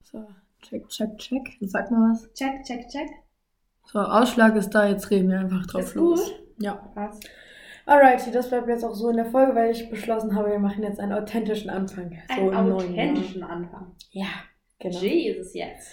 So, check, check, check. Sag mal was. Check, check, check. So, Ausschlag ist da, jetzt reden wir einfach drauf Ist los. gut? Ja. Passt. Alrighty, das bleibt jetzt auch so in der Folge, weil ich beschlossen habe, wir machen jetzt einen authentischen Anfang. So Einen im neuen Jahr. authentischen Anfang. Ja, genau. Jesus jetzt.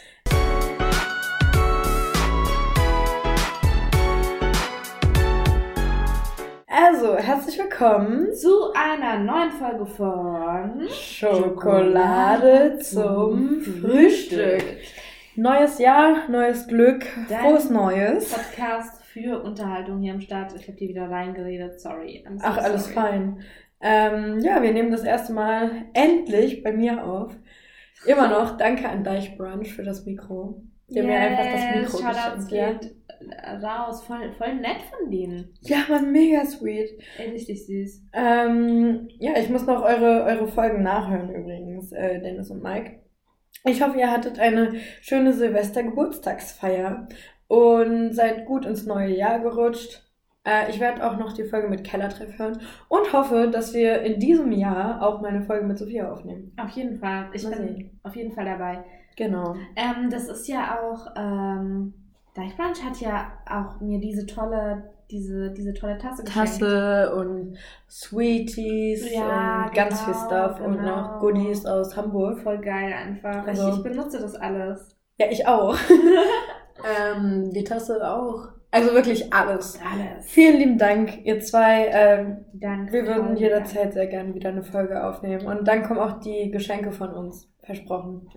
Also, herzlich willkommen Zu einer neuen Folge von Schokolade zum Frühstück. Neues Jahr, neues Glück, Dein frohes Neues. Podcast für Unterhaltung hier am Start. Ich habe dir wieder reingeredet, sorry. I'm so Ach, alles sorry. fein. Ja, wir nehmen das erste Mal endlich bei mir auf. Immer noch danke an Deichbrunch für das Mikro. Die haben mir einfach das Mikro Shoutouts geschenkt. geht raus. Voll nett von denen. Ja, man, mega sweet. Ey, richtig süß. Ja, ich muss noch eure Folgen nachhören übrigens, Dennis und Mike. Ich hoffe, ihr hattet eine schöne Silvester-Geburtstagsfeier und seid gut ins neue Jahr gerutscht. Ich werde auch noch die Folge mit Kellertreff hören und hoffe, dass wir in diesem Jahr auch meine Folge mit Sophia aufnehmen. Auf jeden Fall. Ich Mal bin sehen. auf jeden Fall dabei. Genau. Das ist ja auch, Deichbrunch hat ja auch mir diese tolle Tasse geschenkt. Tasse und Sweeties Ja, und ganz viel genau, Stuff und genau. noch Goodies aus Hamburg. Voll geil einfach. Also- Ich benutze das alles. Ja, ich auch. Die Tasse auch. Also wirklich alles. Alles. Vielen lieben Dank, ihr zwei. Danke. Wir würden Voll jederzeit sehr gerne wieder eine Folge aufnehmen. Und dann kommen auch die Geschenke von uns. Versprochen.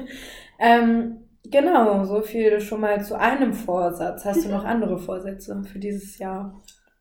Genau, so viel schon mal zu einem Vorsatz. Hast du noch andere Vorsätze für dieses Jahr?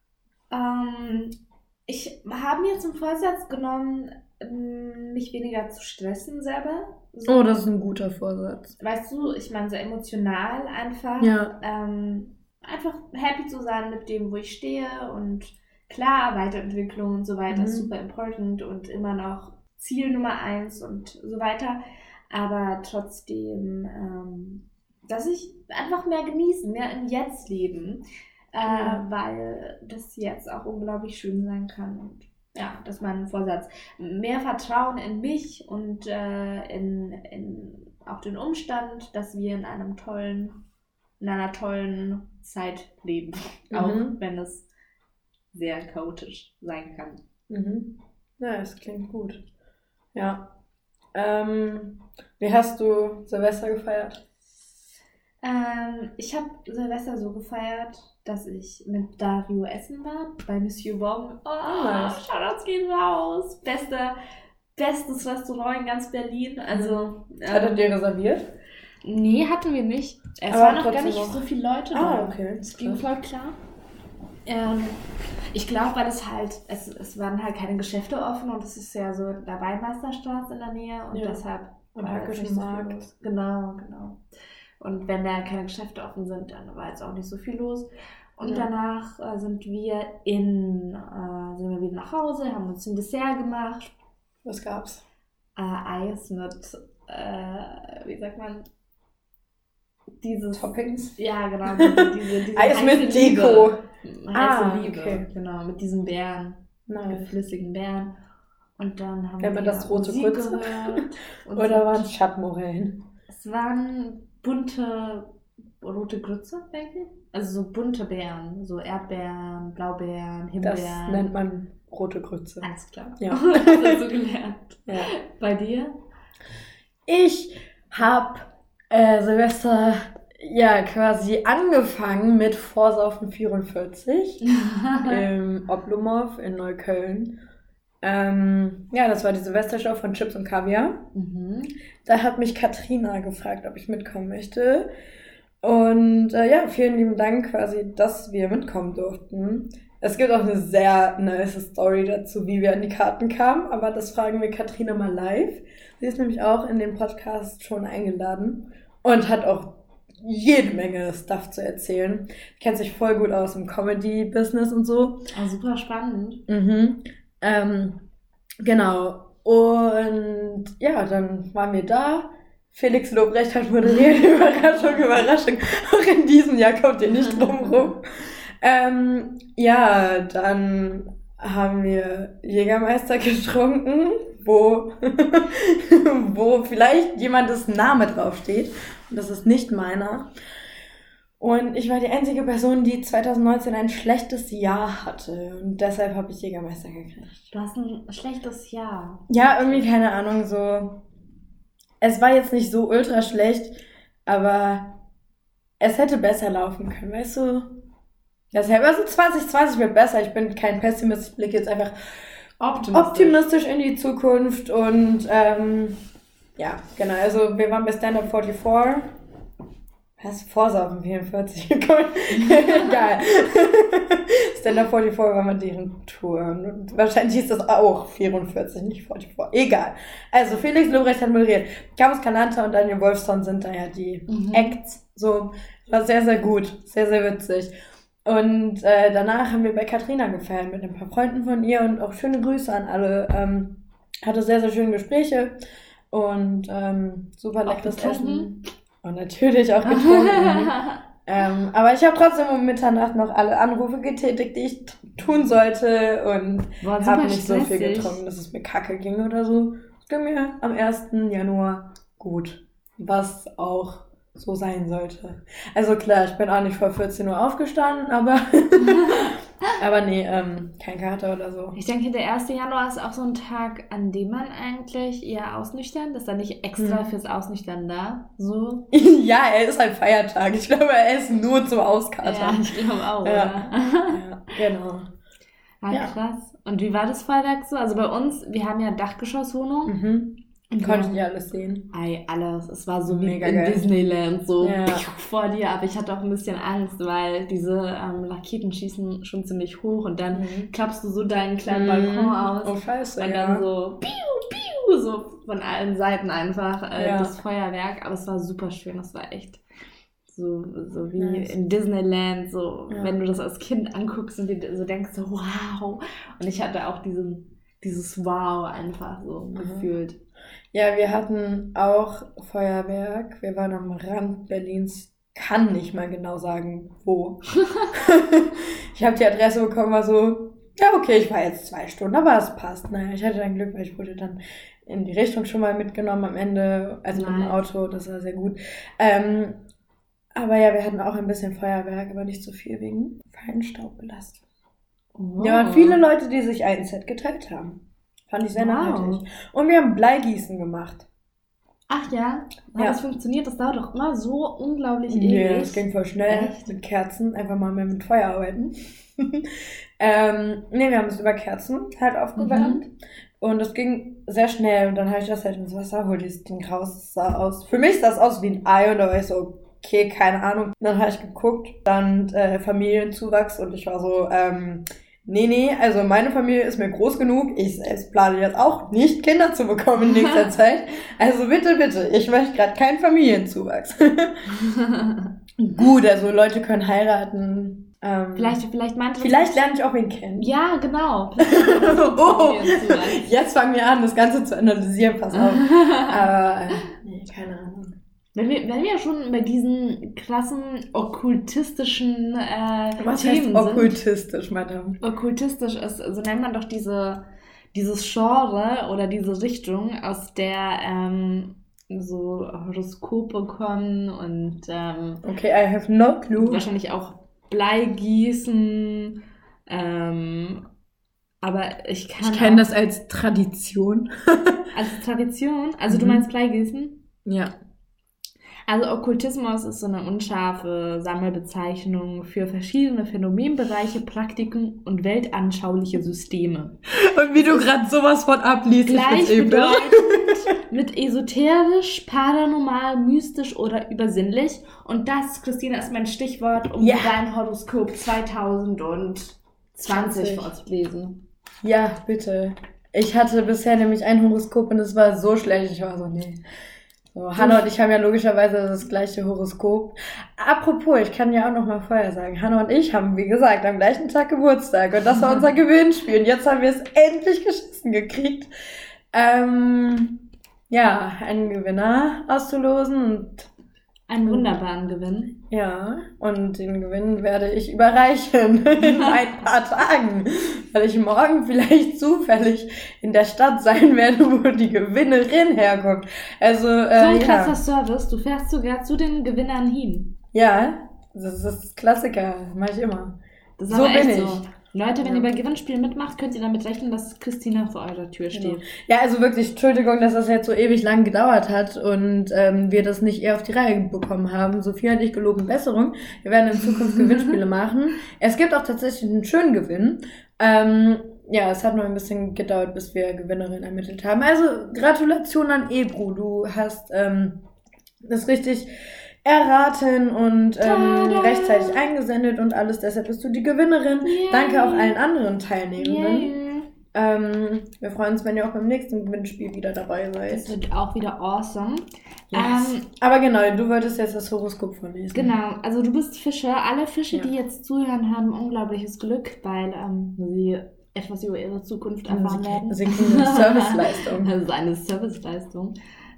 Ich habe mir zum Vorsatz genommen, mich weniger zu stressen selber. So, Oh, das ist ein guter Vorsatz. weißt du, ich meine so emotional einfach. Ja. Einfach happy zu sein mit dem, wo ich stehe. Und klar, Weiterentwicklung und so weiter ist super important und immer noch Ziel Nummer 1 und so weiter. Aber trotzdem, dass ich einfach mehr genießen, mehr im Jetzt leben. Weil das jetzt auch unglaublich schön sein kann. Und ja, das ist mein Vorsatz. Mehr Vertrauen in mich und in auch den Umstand, dass wir in einer tollen Zeit leben. Auch wenn es sehr chaotisch sein kann. Mhm. Ja, das klingt gut. Ja. Wie hast du Silvester gefeiert? Ich habe Silvester so gefeiert, dass ich mit Dario essen war, bei Monsieur Wong. Oh, nice. Shoutouts gehen raus. Bestes Restaurant in ganz Berlin. Also, Hat er dir reserviert? nee, hatten wir nicht. Es Aber waren noch gar trotzdem nicht noch. so viele Leute da. Ah, okay. Es ging voll klar. Ich glaube, weil es waren halt keine Geschäfte offen und es ist ja so der Weinmeisterstraße in der Nähe und Ja, deshalb am war jetzt Hackischen nicht so viel Markt. los. Genau. Und wenn da keine Geschäfte offen sind, dann war jetzt auch nicht so viel los. Und Ja. danach sind wir wieder nach Hause, haben uns ein Dessert gemacht. Was gab's? Eis mit, wie sagt man, dieses... Toppings? Ja, genau. Diese Eis heiße mit Liebe. Deko. Heiße Liebe, okay. genau, mit diesen Beeren, Nice. flüssigen Beeren. Und dann haben Nennt man wir das rote Musik Grütze? gehört. Und Oder waren es Schattenmorellen? es waren bunte rote Grütze, denke ich. Also so bunte Beeren, so Erdbeeren, Blaubeeren, Das Himbeeren. nennt man rote Grütze. Alles klar. Ja. Das hast du so gelernt. Ja. Bei dir? Ich habe Silvester ja quasi angefangen mit Vorsaufen 44 im Oblomov in Neukölln. Ja, das war die Silvestershow von Chips und Kaviar. Mhm. Da hat mich Katrina gefragt, ob ich mitkommen möchte. Und ja, vielen lieben Dank quasi, dass wir mitkommen durften. Es gibt auch eine sehr nice Story dazu, wie wir an die Karten kamen, aber das fragen wir Katrina mal live. Sie ist nämlich auch in den Podcast schon eingeladen und hat auch jede Menge Stuff zu erzählen. Kennt sich voll gut aus im Comedy-Business und so. Ah, super spannend. Genau. Und ja, dann waren wir da. Felix Lobrecht hat moderiert. Überraschung. Auch in diesem Jahr kommt ihr nicht drum rum. Ja, dann haben wir Jägermeister getrunken, wo vielleicht jemandes Name draufsteht. Und das ist nicht meiner. Und ich war die einzige Person, die 2019 ein schlechtes Jahr hatte. Und deshalb habe ich Jägermeister gekriegt. Du hast ein schlechtes Jahr. Ja, irgendwie, keine Ahnung, so. Es war jetzt nicht so ultra schlecht, aber es hätte besser laufen können, weißt du? Deshalb, also 2020 wird besser. Ich bin kein Pessimist, ich blicke jetzt einfach optimistisch in die Zukunft. Und ja, genau, also wir waren bei Stand-Up 44. Was? Vorsaufen 44. Egal. Stand-Up 44 war mal deren Tour. Und wahrscheinlich hieß das auch 44, nicht 44. Egal. Also Felix Lobrecht hat moderiert. Carlos Calanta und Daniel Wolfson sind da ja die Acts. So, war sehr, sehr gut. Sehr, sehr witzig. Und danach haben wir bei Katrina gefeiert mit ein paar Freunden von ihr und auch schöne Grüße an alle. Hatte sehr, sehr schöne Gespräche und super leckeres Essen. Und natürlich auch getrunken. Aber ich habe trotzdem um Mitternacht noch alle Anrufe getätigt, die ich tun sollte. Und habe nicht so viel getrunken, dass es mir kacke ging oder so. Es ging mir am 1. Januar gut. Was auch so sein sollte. Also klar, ich bin auch nicht vor 14 Uhr aufgestanden, aber nee, kein Kater oder so. Ich denke, der 1. Januar ist auch so ein Tag, an dem man eigentlich eher ausnüchtern, ist da nicht extra fürs Ausnüchtern da, so? Ja, er ist ein Feiertag. Ich glaube, er ist nur zum Auskatern. Ja, ich glaube auch, ja. Ja, genau. Ja, krass. Und wie war das Feuerwerk so? Also bei uns, wir haben ja Dachgeschosswohnung. Konntet ihr alles sehen? Alles. Es war so mega wie in geil. Disneyland, so vor dir. Aber ich hatte auch ein bisschen Angst, weil diese Raketen schießen schon ziemlich hoch und dann klappst du so deinen kleinen Balkon aus. Oh, scheiße, und dann so piu, piu, so von allen Seiten einfach das Feuerwerk. Aber es war super schön. Das war echt so wie in Disneyland, so wenn du das als Kind anguckst und dir so denkst, so wow. Und ich hatte auch dieses Wow einfach so gefühlt. Ja, wir hatten auch Feuerwerk. Wir waren am Rand Berlins. Kann nicht mal genau sagen, wo. Ich habe die Adresse bekommen, war so, ja okay, ich war jetzt 2 Stunden, aber es passt. Naja, ich hatte dann Glück, weil ich wurde dann in die Richtung schon mal mitgenommen am Ende, also mit dem Auto, das war sehr gut. Aber ja, wir hatten auch ein bisschen Feuerwerk, aber nicht so viel wegen Feinstaubbelastung. Oh. Ja, waren viele Leute, die sich ein Set geteilt haben. Fand ich sehr nachhaltig. Und wir haben Bleigießen gemacht. Ach ja? Hat das funktioniert? Das dauert doch immer so unglaublich ewig. Nee, das ging voll schnell. Echt? Mit Kerzen. Einfach mal mehr mit Feuer arbeiten. Wir haben es über Kerzen halt aufgewärmt. Und das ging sehr schnell. Und dann habe ich das halt ins Wasser, hol dieses Ding raus. Das sah aus. Für mich sah es aus wie ein Ei. Und da war ich so, okay, keine Ahnung. Dann habe ich geguckt, dann Familienzuwachs. Und ich war so, nee, also meine Familie ist mir groß genug. Ich selbst plane jetzt auch nicht, Kinder zu bekommen in nächster Zeit. Also bitte, ich möchte gerade keinen Familienzuwachs. Gut, also Leute können heiraten. Vielleicht lerne ich auch wen kennen. Ja, genau. Jetzt fangen wir an, das Ganze zu analysieren, pass auf. Aber, nee, keine Ahnung. Wenn wir schon bei diesen krassen okkultistischen Was Themen heißt okkultistisch, Madame? Okkultistisch ist, so nennt man doch dieses Genre oder diese Richtung, aus der so Horoskope kommen und okay, I have no clue. Wahrscheinlich auch Bleigießen, aber ich kenne das als Tradition. Als Tradition? Also du meinst Bleigießen? Ja. Also Okkultismus ist so eine unscharfe Sammelbezeichnung für verschiedene Phänomenbereiche, Praktiken und weltanschauliche Systeme. Und wie du gerade sowas von abliest, gleichbedeutend mit esoterisch, paranormal, mystisch oder übersinnlich. Und das, Christina, ist mein Stichwort, um dein Horoskop 2020 vorzulesen. Ja, bitte. Ich hatte bisher nämlich ein Horoskop und es war so schlecht. Ich war so, nee. So, Hannah und ich haben ja logischerweise das gleiche Horoskop. Apropos, ich kann ja auch noch mal vorher sagen, Hannah und ich haben, wie gesagt, am gleichen Tag Geburtstag und das war unser Gewinnspiel und jetzt haben wir es endlich geschissen gekriegt, einen Gewinner auszulosen und einen wunderbaren Gewinn. Ja, und den Gewinn werde ich überreichen in ein paar Tagen, weil ich morgen vielleicht zufällig in der Stadt sein werde, wo die Gewinnerin herkommt. Also, So ein krasser Service, du fährst sogar zu den Gewinnern hin. Ja, das ist Klassiker, mache ich immer. Das ist So aber echt bin ich. so. Leute, wenn ihr bei Gewinnspielen mitmacht, könnt ihr damit rechnen, dass Christina vor eurer Tür steht. Genau. Ja, also wirklich, Entschuldigung, dass das jetzt so ewig lang gedauert hat und wir das nicht eher auf die Reihe bekommen haben. Sophie hat ich geloben Besserung. Wir werden in Zukunft Gewinnspiele machen. Es gibt auch tatsächlich einen schönen Gewinn. Ja, es hat noch ein bisschen gedauert, bis wir Gewinnerin ermittelt haben. Also Gratulation an Ebru, du hast das richtig erraten und rechtzeitig eingesendet und alles. Deshalb bist du die Gewinnerin. Yay. Danke auch allen anderen Teilnehmenden. Yay. Wir freuen uns, wenn ihr auch beim nächsten Gewinnspiel wieder dabei Das seid. wird auch wieder awesome. Yes. Aber genau, du wolltest jetzt das Horoskop vorlesen. Genau, also du bist Fische. Alle Fische, Ja. die jetzt zuhören, haben unglaubliches Glück, weil sie etwas über ihre Zukunft erfahren werden. Sie kriegen eine Serviceleistung. Das ist eine Serviceleistung.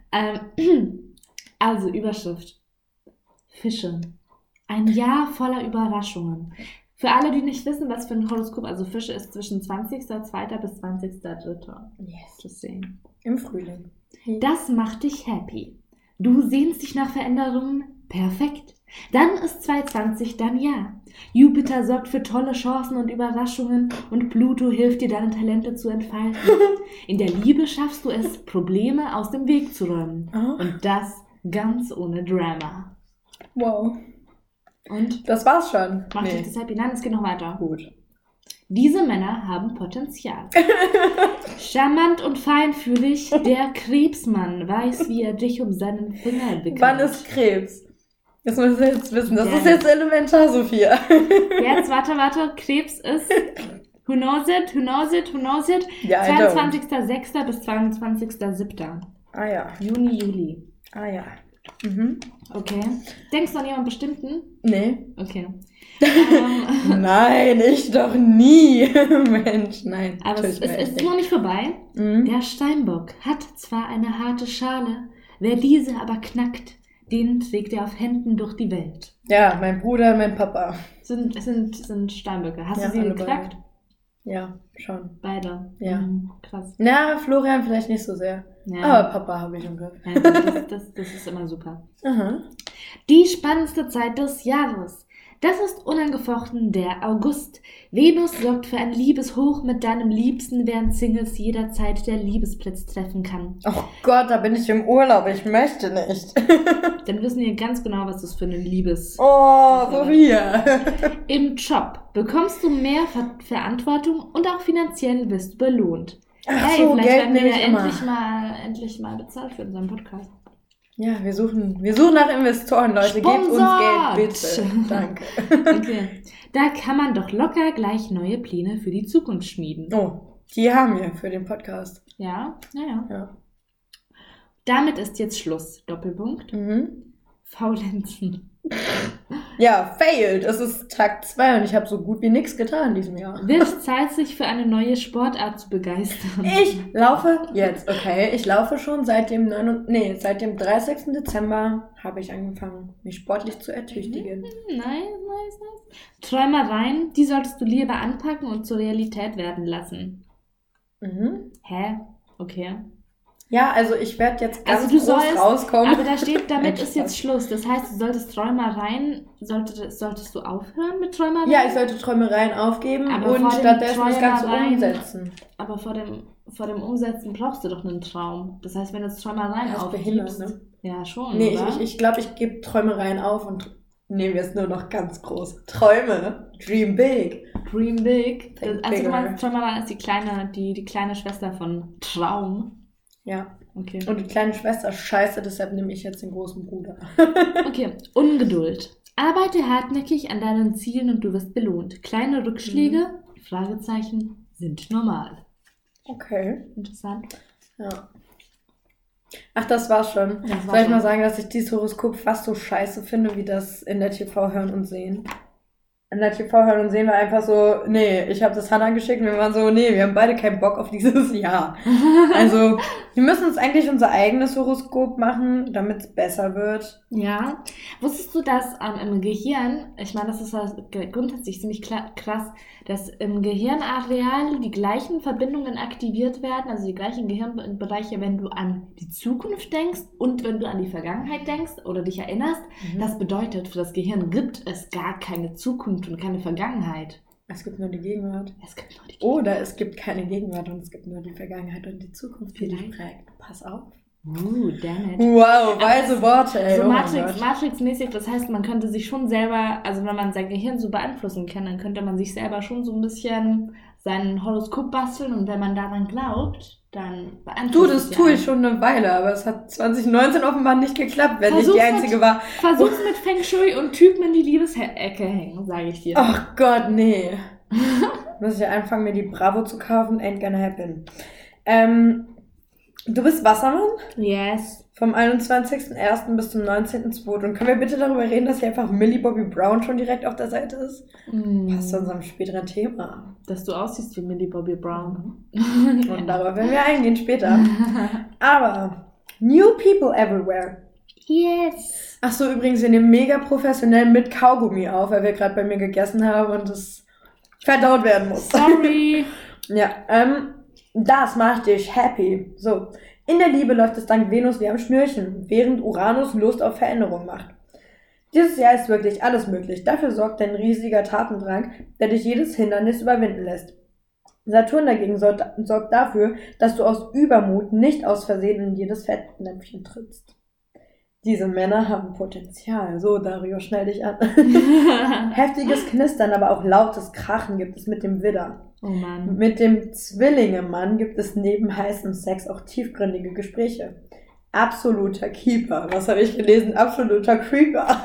Also Überschrift. Fische. Ein Jahr voller Überraschungen. Für alle, die nicht wissen, was für ein Horoskop, also Fische ist zwischen 20.02. bis 20.03. Yes. Zu sehen. Im Frühling. Das macht dich happy. Du sehnst dich nach Veränderungen? Perfekt. Dann ist 2020 dein Jahr. Jupiter sorgt für tolle Chancen und Überraschungen und Pluto hilft dir, deine Talente zu entfalten. In der Liebe schaffst du es, Probleme aus dem Weg zu räumen. Oh. Und das ganz ohne Drama. Wow. Und? Das war's schon. Macht dich das happy? Nein, es geht noch weiter. Gut. Diese Männer haben Potenzial. Charmant und feinfühlig, der Krebsmann weiß, wie er dich um seinen Finger wickelt. Wann ist Krebs? Das müssen wir jetzt wissen. Das Ja. ist jetzt elementar, Sophia. Jetzt, warte. Krebs ist, who knows it? Ja, I don't. 22.06. bis 22.07. Ah ja. Juni, Juli. Ah ja. Mhm. Okay. Denkst du an jemanden bestimmten? Nee. Okay. Nein, ich doch nie. Mensch, nein. Aber es tut mir echt ist nicht. noch nicht vorbei. Mhm. Der Steinbock hat zwar eine harte Schale, wer diese aber knackt, den trägt er auf Händen durch die Welt. Ja, mein Bruder und mein Papa. Sind Steinböcke. Hast Ja, du sie alle geknackt? beide. Ja, schon. Beide. Ja. Krass. Na, Florian vielleicht nicht so sehr. Ja. Aber Papa habe ich im Griff. Ja, das ist immer super. Aha. Die spannendste Zeit des Jahres. Das ist unangefochten der August. Venus sorgt für ein Liebeshoch mit deinem Liebsten, während Singles jederzeit der Liebesblitz treffen kann. Oh Gott, da bin ich im Urlaub. Ich möchte nicht. Dann wissen wir ganz genau, was das für eine Oh, Sophia. Im Job bekommst du mehr Verantwortung und auch finanziell wirst du belohnt. Ach Hey, so, vielleicht Geld werden wir nehme ja ich immer. endlich mal bezahlt für unseren Podcast. Ja, wir suchen nach Investoren, Leute. Gebt uns Sponsort! Geld, bitte. Danke. Okay. Da kann man doch locker gleich neue Pläne für die Zukunft schmieden. Oh, die haben wir für den Podcast. Ja. Ja. Damit ist jetzt Schluss. Doppelpunkt. Mhm. Faulenzen. Ja, failed. Es ist Tag 2 und ich habe so gut wie nichts getan in diesem Jahr. Wird Zeit, sich für eine neue Sportart zu begeistern. Ich laufe jetzt, okay. Ich laufe schon seit dem 30. Dezember habe ich angefangen, mich sportlich zu ertüchtigen. Nice. Träumereien, die solltest du lieber anpacken und zur Realität werden lassen. Mhm. Hä? Okay. Ja, also ich werde jetzt ganz Also du groß sollst, rauskommen. aber da steht, damit Nein, ist jetzt Schluss. Das heißt, du solltest Träumereien, solltest du aufhören mit Träumereien? Ja, ich sollte Träumereien aufgeben Aber und vor den stattdessen das Ganze Träumereien- umsetzen. Aber vor dem Umsetzen brauchst du doch einen Traum. Das heißt, wenn du jetzt Träumereien Das ist aufgibst... behindert, ne? Ja, schon, Nee, oder? ich glaube, ich gebe Träumereien auf und nehme jetzt nur noch ganz groß. Träume. Dream big. Dream Big. Think Also du bigger. meinst, Träumereien ist die kleine Schwester von Traum. Ja. Okay. Und die kleine Schwester ist scheiße, deshalb nehme ich jetzt den großen Bruder. Okay, Ungeduld. Arbeite hartnäckig an deinen Zielen und du wirst belohnt. Kleine Rückschläge, Fragezeichen, sind normal. Okay. Interessant. Ja. Ach, das war's schon. Das war's Soll ich schon. mal sagen, dass ich dieses Horoskop fast so scheiße finde, wie das in der TV hören und sehen? in der TV-Höllung sehen wir einfach so, nee, ich habe das Hannah geschickt und wir waren so, nee, wir haben beide keinen Bock auf dieses Jahr. Also, wir müssen uns eigentlich unser eigenes Horoskop machen, damit es besser wird. Ja. Wusstest du, dass im Gehirn, ich meine, das ist grundsätzlich ziemlich krass, dass im Gehirnareal die gleichen Verbindungen aktiviert werden, also die gleichen Gehirnbereiche, wenn du an die Zukunft denkst und wenn du an die Vergangenheit denkst oder dich erinnerst. Das bedeutet, für das Gehirn gibt es gar keine Zukunft und keine Vergangenheit. Es gibt nur die Gegenwart. Es gibt nur die Gegenwart. Oder es gibt keine Gegenwart und es gibt nur die Vergangenheit und die Zukunft, die dich prägt. Pass auf. Damn it. Wow, weise Worte, ey. So oh Matrix-mäßig, das heißt, man könnte sich schon selber, also wenn man sein Gehirn so beeinflussen kann, dann könnte man sich selber schon so ein bisschen sein Horoskop basteln und wenn man daran glaubt, dann beeinflusst Du, das tue ich schon eine Weile, aber es hat 2019 offenbar nicht geklappt, wenn ich die Einzige war. Versuch's mit Feng Shui und Typen in die Liebesecke hängen, sage ich dir. Ach Gott, nee. Muss ich anfangen, mir die Bravo zu kaufen? Ain't gonna happen. Du bist Wassermann? Yes. Vom 21.01. bis zum 19.02. Und können wir bitte darüber reden, dass hier einfach Millie Bobby Brown schon direkt auf der Seite ist? Passt zu unserem späteren Thema. Dass du aussiehst wie Millie Bobby Brown. Und darauf werden wir eingehen später. Aber New People Everywhere. Yes. Ach so, übrigens, wir nehmen mega professionell mit Kaugummi auf, weil wir gerade bei mir gegessen haben und es verdaut werden muss. Sorry. Ja, das macht dich happy. So, in der Liebe läuft es dank Venus wie am Schnürchen, während Uranus Lust auf Veränderung macht. Dieses Jahr ist wirklich alles möglich. Dafür sorgt dein riesiger Tatendrang, der dich jedes Hindernis überwinden lässt. Saturn dagegen sorgt dafür, dass du aus Übermut nicht aus Versehen in jedes Fettnäpfchen trittst. Diese Männer haben Potenzial. So, Dario, schnell dich an. Heftiges Knistern, aber auch lautes Krachen gibt es mit dem Widder. Oh Mann. Mit dem Zwillinge-Mann gibt es neben heißem Sex auch tiefgründige Gespräche. Absoluter Keeper. Was habe ich gelesen? Absoluter Creeper.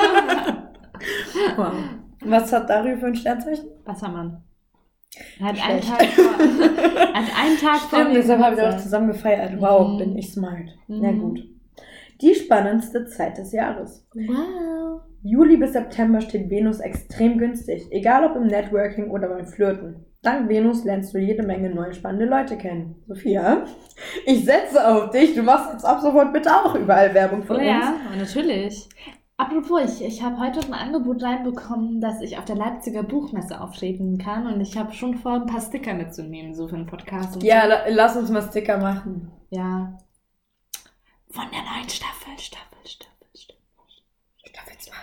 Wow. Was hat Dario für ein Sternzeichen? Wassermann. Hat einen Tag vor. Stimmt, deshalb haben wir auch zusammen gefeiert. Wow, bin ich smart. Na gut. Die spannendste Zeit des Jahres. Wow. Juli bis September steht Venus extrem günstig, egal ob im Networking oder beim Flirten. Dank Venus lernst du jede Menge neue spannende Leute kennen. Sophia, ich setze auf dich. Du machst jetzt ab sofort bitte auch überall Werbung für uns. Ja, natürlich. Apropos, ich habe heute ein Angebot reinbekommen, dass ich auf der Leipziger Buchmesse auftreten kann und ich habe schon vor, ein paar Sticker mitzunehmen, so für den Podcast. Und ja, so. Lass uns mal Sticker machen. Ja. Von der neuen Staffel. Staffel 2.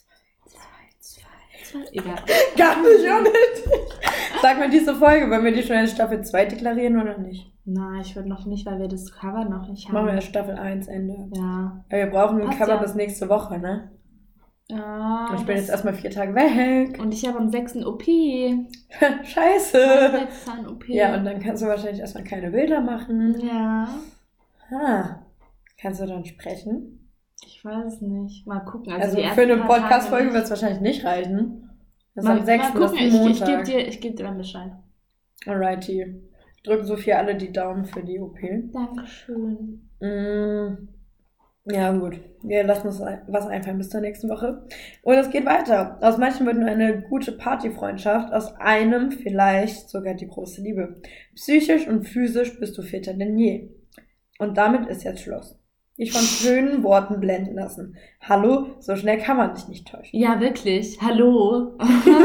Egal. Gar nicht unnötig. Sag mal, diese Folge, wollen wir die schon in Staffel 2 deklarieren oder nicht? Nein, ich würde noch nicht, weil wir das Cover noch nicht haben. Machen wir ja Staffel 1 Ende. Ja. Weil wir brauchen ein Cover ja bis nächste Woche, ne? Ja. Und ich bin jetzt erstmal 4 Tage weg. Und ich habe am 6. OP. Scheiße. OP. Ja, und dann kannst du wahrscheinlich erstmal keine Bilder machen. Ja. Kannst du dann sprechen? Ich weiß nicht. Mal gucken. Also für eine Podcast-Folge wird es wahrscheinlich nicht reichen. Das ist am 6. Mal gucken. Montag. Ich geb dir dann Bescheid. Alrighty. Ich drücke Sophia alle die Daumen für die OP. Dankeschön. Ja, gut. Wir lassen uns was einfallen bis zur nächsten Woche. Und es geht weiter. Aus manchen wird nur eine gute Partyfreundschaft, aus einem vielleicht sogar die große Liebe. Psychisch und physisch bist du fitter denn je. Und damit ist jetzt Schluss. Dich von schönen Worten blenden lassen. Hallo, so schnell kann man dich nicht täuschen. Ja, wirklich. Hallo.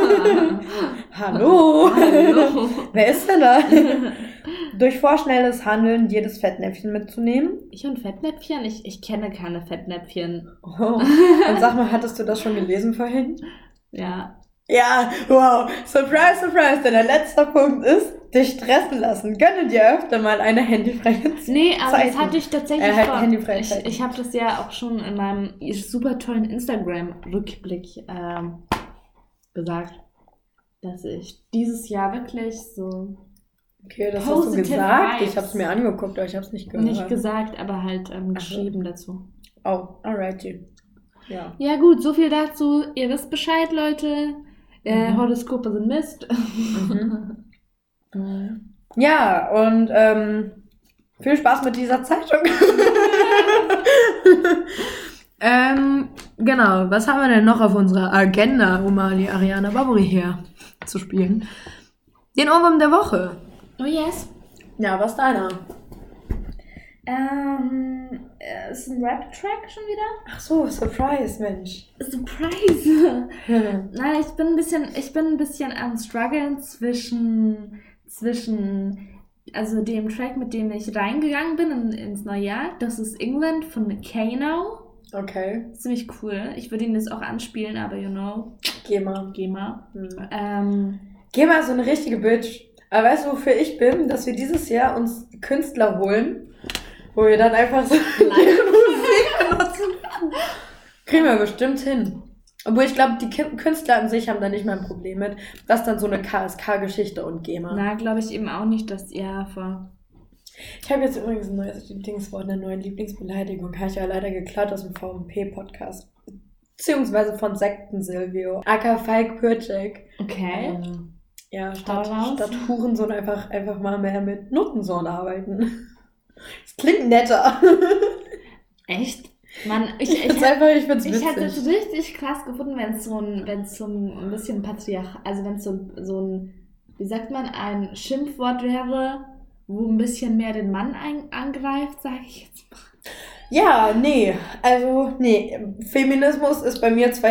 Hallo. Hallo. Wer ist denn da? Durch vorschnelles Handeln jedes Fettnäpfchen mitzunehmen. Ich und Fettnäpfchen? Ich kenne keine Fettnäpfchen. Oh. Und sag mal, hattest du das schon gelesen vorhin? Ja. Ja, wow. Surprise, surprise. Denn der letzte Punkt ist, dich stressen lassen. Gönne dir öfter mal eine handyfreie Zeit. Nee, aber das hatte ich tatsächlich vor. Handyfreie Zeit. Ich habe das ja auch schon in meinem super tollen Instagram-Rückblick gesagt, dass ich dieses Jahr wirklich so... Okay, das hast du gesagt. Ich habe es mir angeguckt, aber ich habe es nicht gehört. Nicht gesagt, aber halt geschrieben dazu. Oh, alrighty. Ja. Ja gut, so viel dazu. Ihr wisst Bescheid, Leute. Horoskope sind Mist. Ja, und viel Spaß mit dieser Zeitung. genau, was haben wir denn noch auf unserer Agenda, um mal die Ariana Barbouri hier zu spielen? Den Ohrwurm der Woche. Oh yes. Ja, was ist deiner? Ist ein Rap-Track schon wieder? Ach so, Surprise, Mensch. Surprise! Nein, ich bin ein bisschen am Struggeln zwischen also dem Track, mit dem ich reingegangen bin ins neue Jahr. Das ist England von Kano. Okay. Ziemlich cool. Ich würde ihn jetzt auch anspielen, aber you know. GEMA. GEMA. GEMA ist so eine richtige Bitch. Aber weißt du, wofür ich bin? Dass wir dieses Jahr uns Künstler holen, wo wir dann einfach so ihre Musik benutzen. Kriegen wir bestimmt hin. Obwohl ich glaube, die Künstler an sich haben da nicht mal ein Problem mit. Das ist dann so eine KSK-Geschichte und GEMA. Na, glaube ich eben auch nicht, dass ihr vor... Ich habe jetzt übrigens ein neues Dingswort, eine neue Lieblingsbeleidigung. Habe ich ja leider geklaut aus dem VMP-Podcast. Beziehungsweise von Sekten Silvio. aka Falk Pürcek. Okay. Ja, statt Hurensohn einfach mal mehr mit Notensohn arbeiten. Das klingt netter. Echt? Mann, ich find's witzig. Ich hätte es richtig krass gefunden, wenn es so ein bisschen also wenn es so ein, wie sagt man, ein Schimpfwort wäre, wo ein bisschen mehr den Mann angreift, sage ich jetzt mal. Ja, nee. Also, nee. Feminismus ist bei mir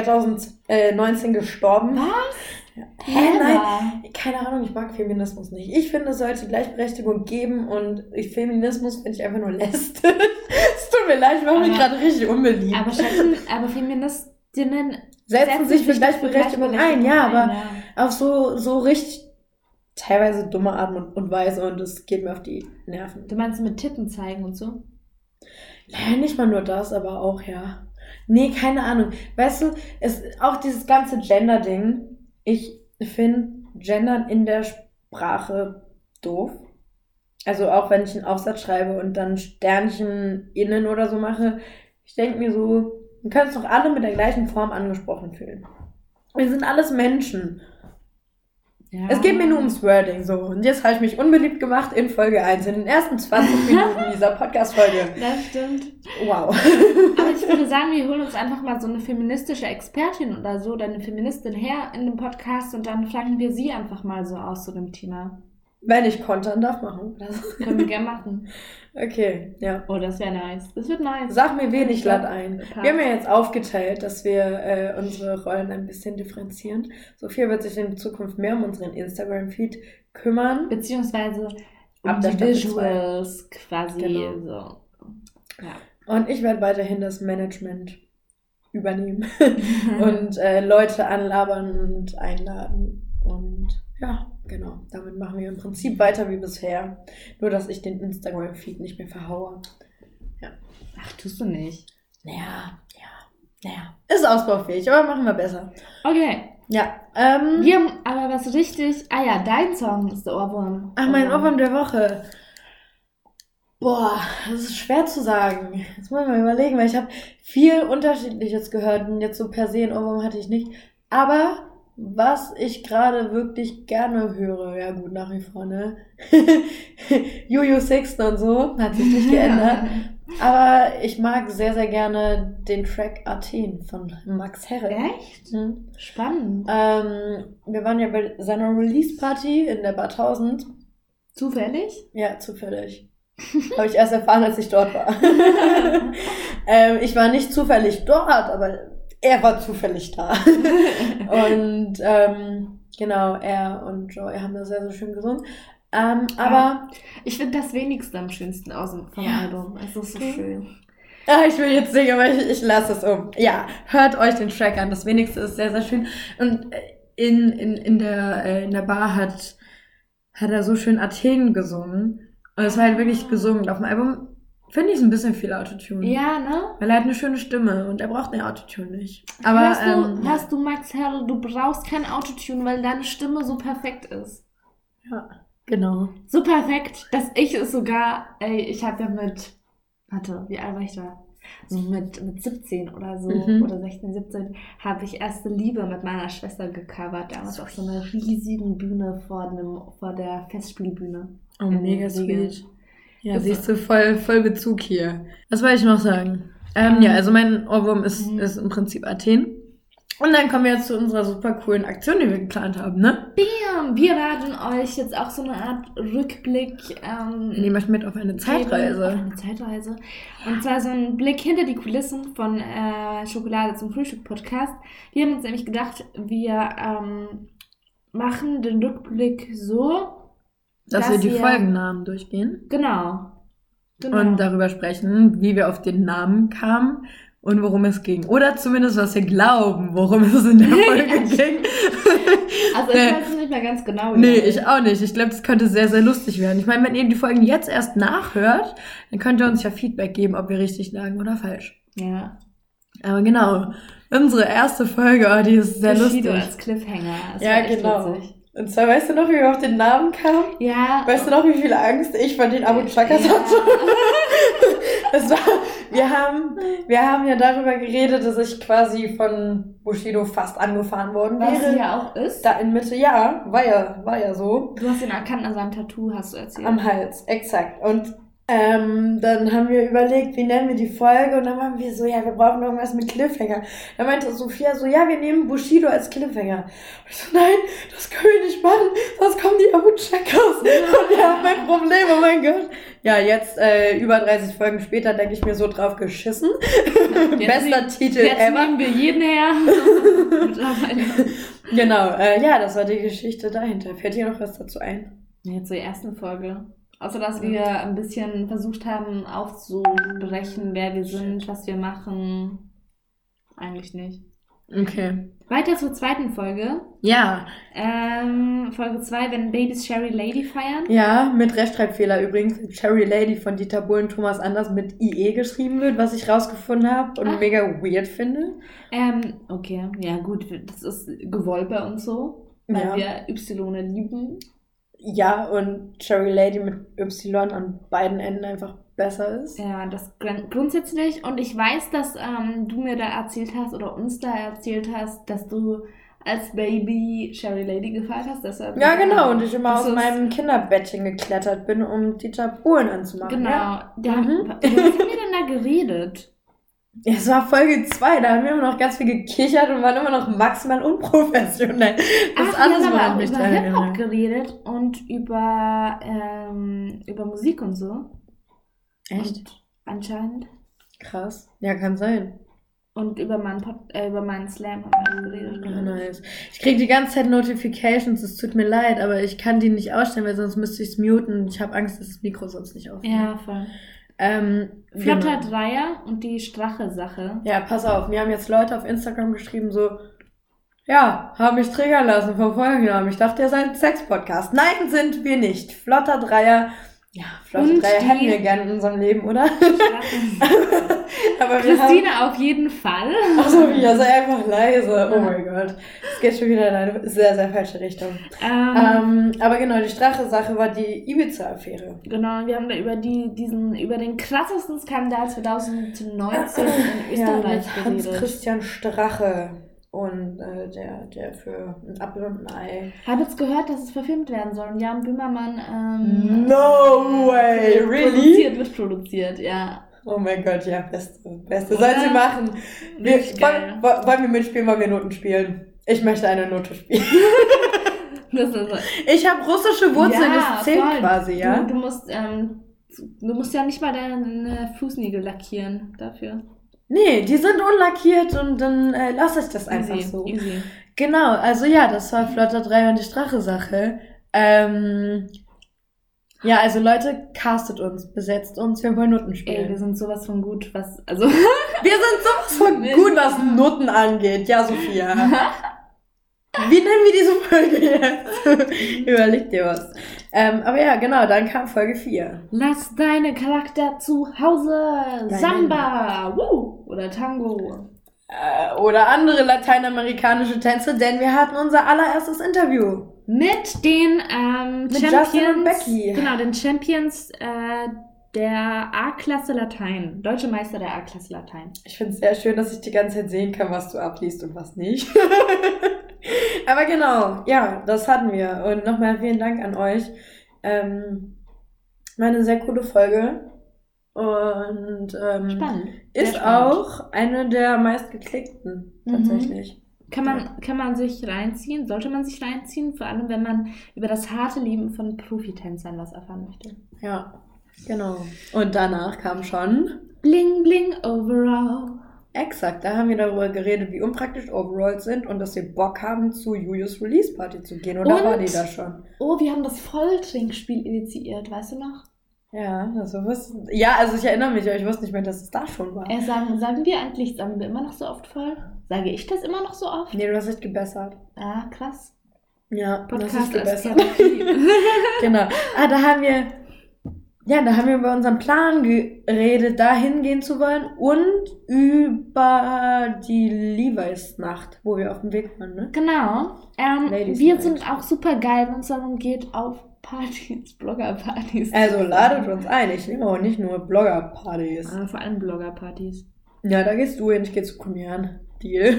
2019 gestorben. Was? Hä? Nein. Keine Ahnung, ich mag Feminismus nicht. Ich finde, es sollte Gleichberechtigung geben und Feminismus finde ich einfach nur lästig. Es tut mir leid, ich mache mich gerade richtig unbeliebt. Aber Feministinnen setzen sich für Gleichberechtigung ein, ja, aber auf so richtig teilweise dumme Art und Weise und es geht mir auf die Nerven. Du meinst mit Titten zeigen und so? Naja, nicht mal nur das, aber auch, ja. Nee, keine Ahnung. Weißt du, auch dieses ganze Gender-Ding, ich finde Gendern in der Sprache doof. Also auch wenn ich einen Aufsatz schreibe und dann Sternchen innen oder so mache, ich denke mir so, wir können uns doch alle mit der gleichen Form angesprochen fühlen. Wir sind alles Menschen. Ja. Es geht mir nur ums Wording, so. Und jetzt habe ich mich unbeliebt gemacht in Folge 1, in den ersten 20 Minuten dieser Podcast-Folge. Das stimmt. Wow. Aber ich würde sagen, wir holen uns einfach mal so eine feministische Expertin oder so, oder eine Feministin her in den Podcast und dann fragen wir sie einfach mal so aus zu dem Thema. Wenn ich kontern darf, machen. Können wir gerne machen. Okay, ja. Oh, das wäre nice. Das wird nice. Sag mir wenig Latt ein. Wir haben ja jetzt aufgeteilt, dass wir unsere Rollen ein bisschen differenzieren. Sophia wird sich in Zukunft mehr um unseren Instagram-Feed kümmern. Beziehungsweise um die Visuals quasi. Genau. So. Ja. Und ich werde weiterhin das Management übernehmen und Leute anlabern und einladen. Und ja, genau. Damit machen wir im Prinzip weiter wie bisher. Nur, dass ich den Instagram-Feed nicht mehr verhaue. Ja. Ach, tust du nicht. Naja. Ist ausbaufähig, aber machen wir besser. Okay. Ja. Wir haben aber was richtig... Ah ja, dein Song ist der Ohrwurm. Ach, mein Ohrwurm der Woche. Boah, das ist schwer zu sagen. Jetzt muss ich mal überlegen, weil ich habe viel Unterschiedliches gehört und jetzt so per se einen Ohrwurm hatte ich nicht. Aber... was ich gerade wirklich gerne höre, ja gut, nach wie vor, ne? Juju Sixten und so, hat sich nicht geändert. Aber ich mag sehr, sehr gerne den Track Athen von Max Herre. Echt? Mhm. Spannend. Wir waren ja bei seiner Release-Party in der Bar 1000. Zufällig? Ja, zufällig. Habe ich erst erfahren, als ich dort war. Ich war nicht zufällig dort, aber... er war zufällig da. Und genau, er und Joy haben da sehr, sehr schön gesungen. Aber ich finde das wenigste am schönsten vom Album. Es ist so schön. Ich will jetzt singen, aber ich lasse es um. Ja, hört euch den Track an. Das wenigste ist sehr, sehr schön. Und in der Bar hat er so schön Athen gesungen. Und es war halt wirklich gesungen. Auf dem Album finde ich es ein bisschen viel Autotune. Ja, ne? Weil er hat eine schöne Stimme und er braucht eine Autotune nicht. Aber hörst du Max Herre, du brauchst kein Autotune, weil deine Stimme so perfekt ist. Ja, genau. So perfekt, dass ich es sogar, ich habe ja wie alt war ich da? So mit 17 oder so, oder 16, 17, habe ich Erste Liebe mit meiner Schwester gecovert. Damals auf so einer riesigen Bühne vor der Festspielbühne. Oh, mega sweet. Ja, siehst du, voll Bezug hier. Was wollte ich noch sagen? Ja, also mein Ohrwurm ist im Prinzip Athen. Und dann kommen wir jetzt zu unserer super coolen Aktion, die wir geplant haben, ne? Bam! Wir werden euch jetzt auch so eine Art Rückblick nehmen euch mit auf eine Zeitreise. Auf eine Zeitreise. Und zwar so ein Blick hinter die Kulissen von Schokolade zum Frühstück-Podcast. Wir haben uns nämlich gedacht, wir machen den Rückblick so, dass wir die Folgennamen durchgehen. Genau. Und darüber sprechen, wie wir auf den Namen kamen und worum es ging. Oder zumindest, was wir glauben, worum es in der Folge ging. Also ich weiß es nicht mehr ganz genau. Nee, ich auch nicht. Ich glaube, das könnte sehr, sehr lustig werden. Ich meine, wenn ihr die Folgen jetzt erst nachhört, dann könnt ihr uns ja Feedback geben, ob wir richtig lagen oder falsch. Ja. Aber genau, unsere erste Folge, die ist sehr lustig. Als Cliffhanger. Das ja, genau. Witzig. Und zwar, weißt du noch, wie wir auf den Namen kamen? Ja. Weißt du noch, wie viel Angst ich vor den Abu Chakas hatte? Wir haben ja darüber geredet, dass ich quasi von Bushido fast angefahren worden wäre. Was ja auch ist. Da in Mitte, ja, war ja so. Du hast ihn erkannt an seinem Tattoo, hast du erzählt. Am Hals, exakt. Und dann haben wir überlegt, wie nennen wir die Folge, und dann waren wir so, ja, wir brauchen irgendwas mit Cliffhanger. Dann meinte Sophia so, ja, wir nehmen Bushido als Cliffhanger. Und ich so, nein, das können wir nicht machen, sonst kommen die Abu Chakas. Und wir haben ein Problem, oh mein Gott. Ja, jetzt, über 30 Folgen später, denke ich mir so drauf geschissen. Bester Titel jetzt ever. Nehmen wir jeden her. Genau, ja, das war die Geschichte dahinter. Fällt dir noch was dazu ein? Ja, zur ersten Folge. Außer, dass wir ein bisschen versucht haben aufzubrechen, wer wir sind, was wir machen. Eigentlich nicht. Okay. Weiter zur zweiten Folge. Ja. Folge 2, wenn Babys Cherry Lady feiern. Ja, mit Rechtschreibfehler übrigens. Cherry Lady von Dieter Bohlen, Thomas Anders mit IE geschrieben wird, was ich rausgefunden habe und mega weird finde. Okay, ja gut, das ist gewollt bei uns so, weil wir Y lieben. Ja, und Cherry Lady mit Y an beiden Enden einfach besser ist. Ja, das grundsätzlich. Und ich weiß, dass du mir da erzählt hast oder uns da erzählt hast, dass du als Baby Cherry Lady gefeiert hast. Deshalb ja, genau. Und ich immer aus meinem Kinderbettchen geklettert bin, um Dieter Bohlen anzumachen. Genau. Ja. Was haben wir denn da geredet? Ja, es war Folge 2, da haben wir immer noch ganz viel gekichert und waren immer noch maximal unprofessionell. Das ist alles, woran ich mich da erinnere. Wir haben über Hip-Hop geredet und über Musik und so. Echt? Und anscheinend. Krass. Ja, kann sein. Und über meinen Slam haben wir geredet. Oh, nice. Ich kriege die ganze Zeit Notifications, es tut mir leid, aber ich kann die nicht ausstellen, weil sonst müsste ich es muten. Ich habe Angst, dass das Mikro sonst nicht aufnimmt. Ja, voll. Flotter Dreier und die Strache-Sache. Ja, pass auf, mir haben jetzt Leute auf Instagram geschrieben so, ja, haben mich triggern lassen vom Folgennamen. Ich dachte, ihr seid ein Sex-Podcast. Nein, sind wir nicht. Flotter Dreier. Ja, Flotter Dreier hätten wir gerne in unserem Leben, oder? Aber Christine auf jeden Fall. Achso, ja, sei einfach leise. Oh mein Gott. Es geht schon wieder in eine sehr, sehr falsche Richtung. Aber genau, die Strache-Sache war die Ibiza-Affäre. Genau, wir haben da über den krassesten Skandal 2019 in Österreich geredet. Hans-Christian Strache. Und der für ein Apfel und ein Ei. Habe jetzt gehört, dass es verfilmt werden soll. Und Jan Böhmermann no way, really? Wird produziert, ja. Oh mein Gott, ja, beste. Sollen sie machen. Wollen wir mitspielen, wollen wir Noten spielen? Ich möchte eine Note spielen. Ich habe russische Wurzeln, das zählt voll. Quasi, ja? Du musst ja nicht mal deine Fußnägel lackieren dafür. Nee, die sind unlackiert und dann lasse ich das einfach easy, so. Easy. Genau, also ja, das war Flotter 3 und die Strache-Sache. Ja, also Leute, castet uns, besetzt uns, wir wollen Noten spielen. Ey, wir sind sowas von gut, wir sind sowas von gut, was Noten angeht. Ja, Sophia. Wie nennen wir diese Folge jetzt? Überleg dir was. Aber ja, genau, dann kam Folge 4. Lass deine Charakter zu Hause. Samba. Woo. Oder Tango. Oder andere lateinamerikanische Tänze, denn wir hatten unser allererstes Interview. Mit den mit Champions. Justin und Becky. Genau, den Champions der A-Klasse Latein. Deutsche Meister der A-Klasse Latein. Ich finde es sehr schön, dass ich die ganze Zeit sehen kann, was du abliest und was nicht. Aber genau, ja, das hatten wir. Und nochmal vielen Dank an euch. War eine sehr coole Folge. Und spannend. ist Sehr spannend. auch eine der meistgeklickten, tatsächlich. Kann man sich reinziehen? Sollte man sich reinziehen? Vor allem, wenn man über das harte Leben von Profitänzern was erfahren möchte. Ja, genau. Und danach kam schon... Bling, bling, overall. Exakt, da haben wir darüber geredet, wie unpraktisch Overalls sind und dass wir Bock haben, zu Julius Release Party zu gehen. Oder war die da schon? Oh, wir haben das Volltrinkspiel initiiert, weißt du noch? Ja, also ich erinnere mich, aber ich wusste nicht mehr, dass es da schon war. Sagen wir immer noch so oft voll? Sage ich das immer noch so oft? Nee, du hast dich gebessert. Ah, krass. Ja, Podcast du hast dich als gebessert. Therapie. Genau. Da haben wir über unseren Plan geredet, da hingehen zu wollen und über die Levi's-Nacht, wo wir auf dem Weg waren, ne? Genau. Ladies Wir Night. sind auch super geil, wenn es darum geht, auf Partys, Blogger-Partys. Also ladet uns ein, ich nehme auch nicht nur Blogger-Partys. Vor allem Blogger-Partys. Ja, da gehst du hin, ich gehe zu Premieren. Deal.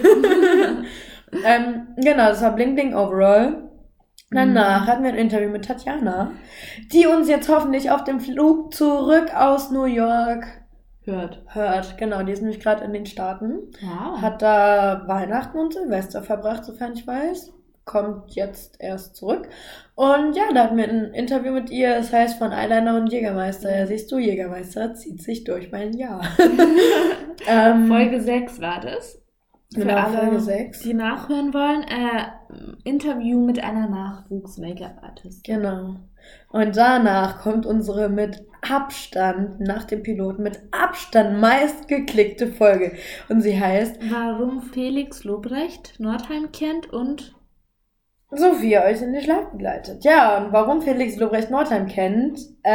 Genau, das war Bling Bling Overall. Danach hatten wir ein Interview mit Tatjana, die uns jetzt hoffentlich auf dem Flug zurück aus New York hört. Genau, die ist nämlich gerade in den Staaten. Wow. Hat da Weihnachten und Silvester verbracht, sofern ich weiß. Kommt jetzt erst zurück. Und ja, da hatten wir ein Interview mit ihr, das heißt von Eyeliner und Jägermeister. Ja, siehst du, Jägermeister zieht sich durch mein Jahr. Folge 6 war das. Für Genau, alle, Folge 6. die nachhören wollen, Interview mit einer Nachwuchs-Make-up-Artist. Genau. Und danach kommt unsere mit Abstand, nach dem Piloten, mit Abstand meistgeklickte Folge. Und sie heißt Warum Felix Lobrecht Nordheim kennt und Sophia euch in den Schlaf begleitet. Ja, und warum Felix Lobrecht Nordheim kennt,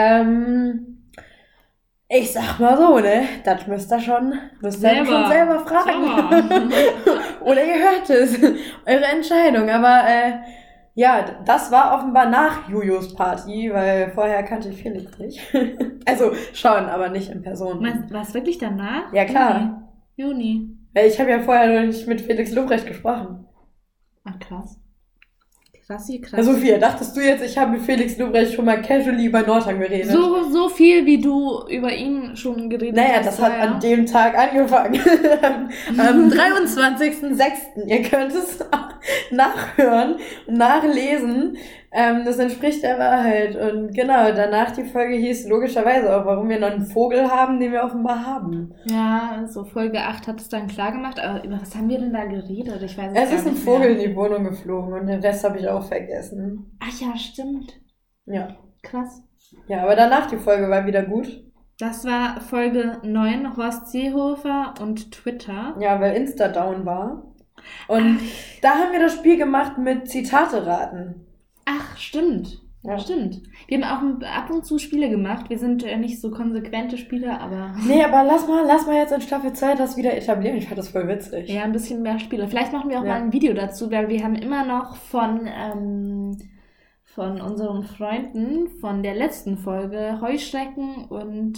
ich sag mal so, ne, das müsst ihr schon selber fragen. Oder ihr hört es. Eure Entscheidung. Aber ja, das war offenbar nach Julius Party, weil vorher kannte ich Felix nicht. Also schon, aber nicht in Person. War es wirklich danach? Ja, klar. Juni. Ich habe ja vorher noch nicht mit Felix Lobrecht gesprochen. Ach, krass. Krass. Sophia, dachtest du jetzt, ich habe mit Felix Lobrecht schon mal casually bei Nordheim geredet? So viel, wie du über ihn schon geredet hast. Naja, das hat an dem Tag angefangen. Am 23.06. Ihr könnt es nachhören und nachlesen. Das entspricht der Wahrheit. Und genau, danach die Folge hieß logischerweise auch, warum wir noch einen Vogel haben, den wir offenbar haben. Ja, so Folge 8 hat es dann klar gemacht. Aber über was haben wir denn da geredet? Ich weiß Es ist ein Vogel in die Wohnung geflogen und den Rest habe ich auch vergessen. Ach ja, stimmt. Ja. Krass. Ja, aber danach die Folge war wieder gut. Das war Folge 9, Horst Seehofer und Twitter. Ja, weil Insta down war. Und da haben wir das Spiel gemacht mit Zitate raten. Ach, stimmt. Ja. Stimmt. Wir haben auch ab und zu Spiele gemacht. Wir sind nicht so konsequente Spieler, aber... Nee, aber lass mal jetzt in Staffel 2 das wieder etablieren. Ich fand das voll witzig. Ja, ein bisschen mehr Spiele. Vielleicht machen wir auch mal ein Video dazu, weil wir haben immer noch von unseren Freunden von der letzten Folge Heuschrecken und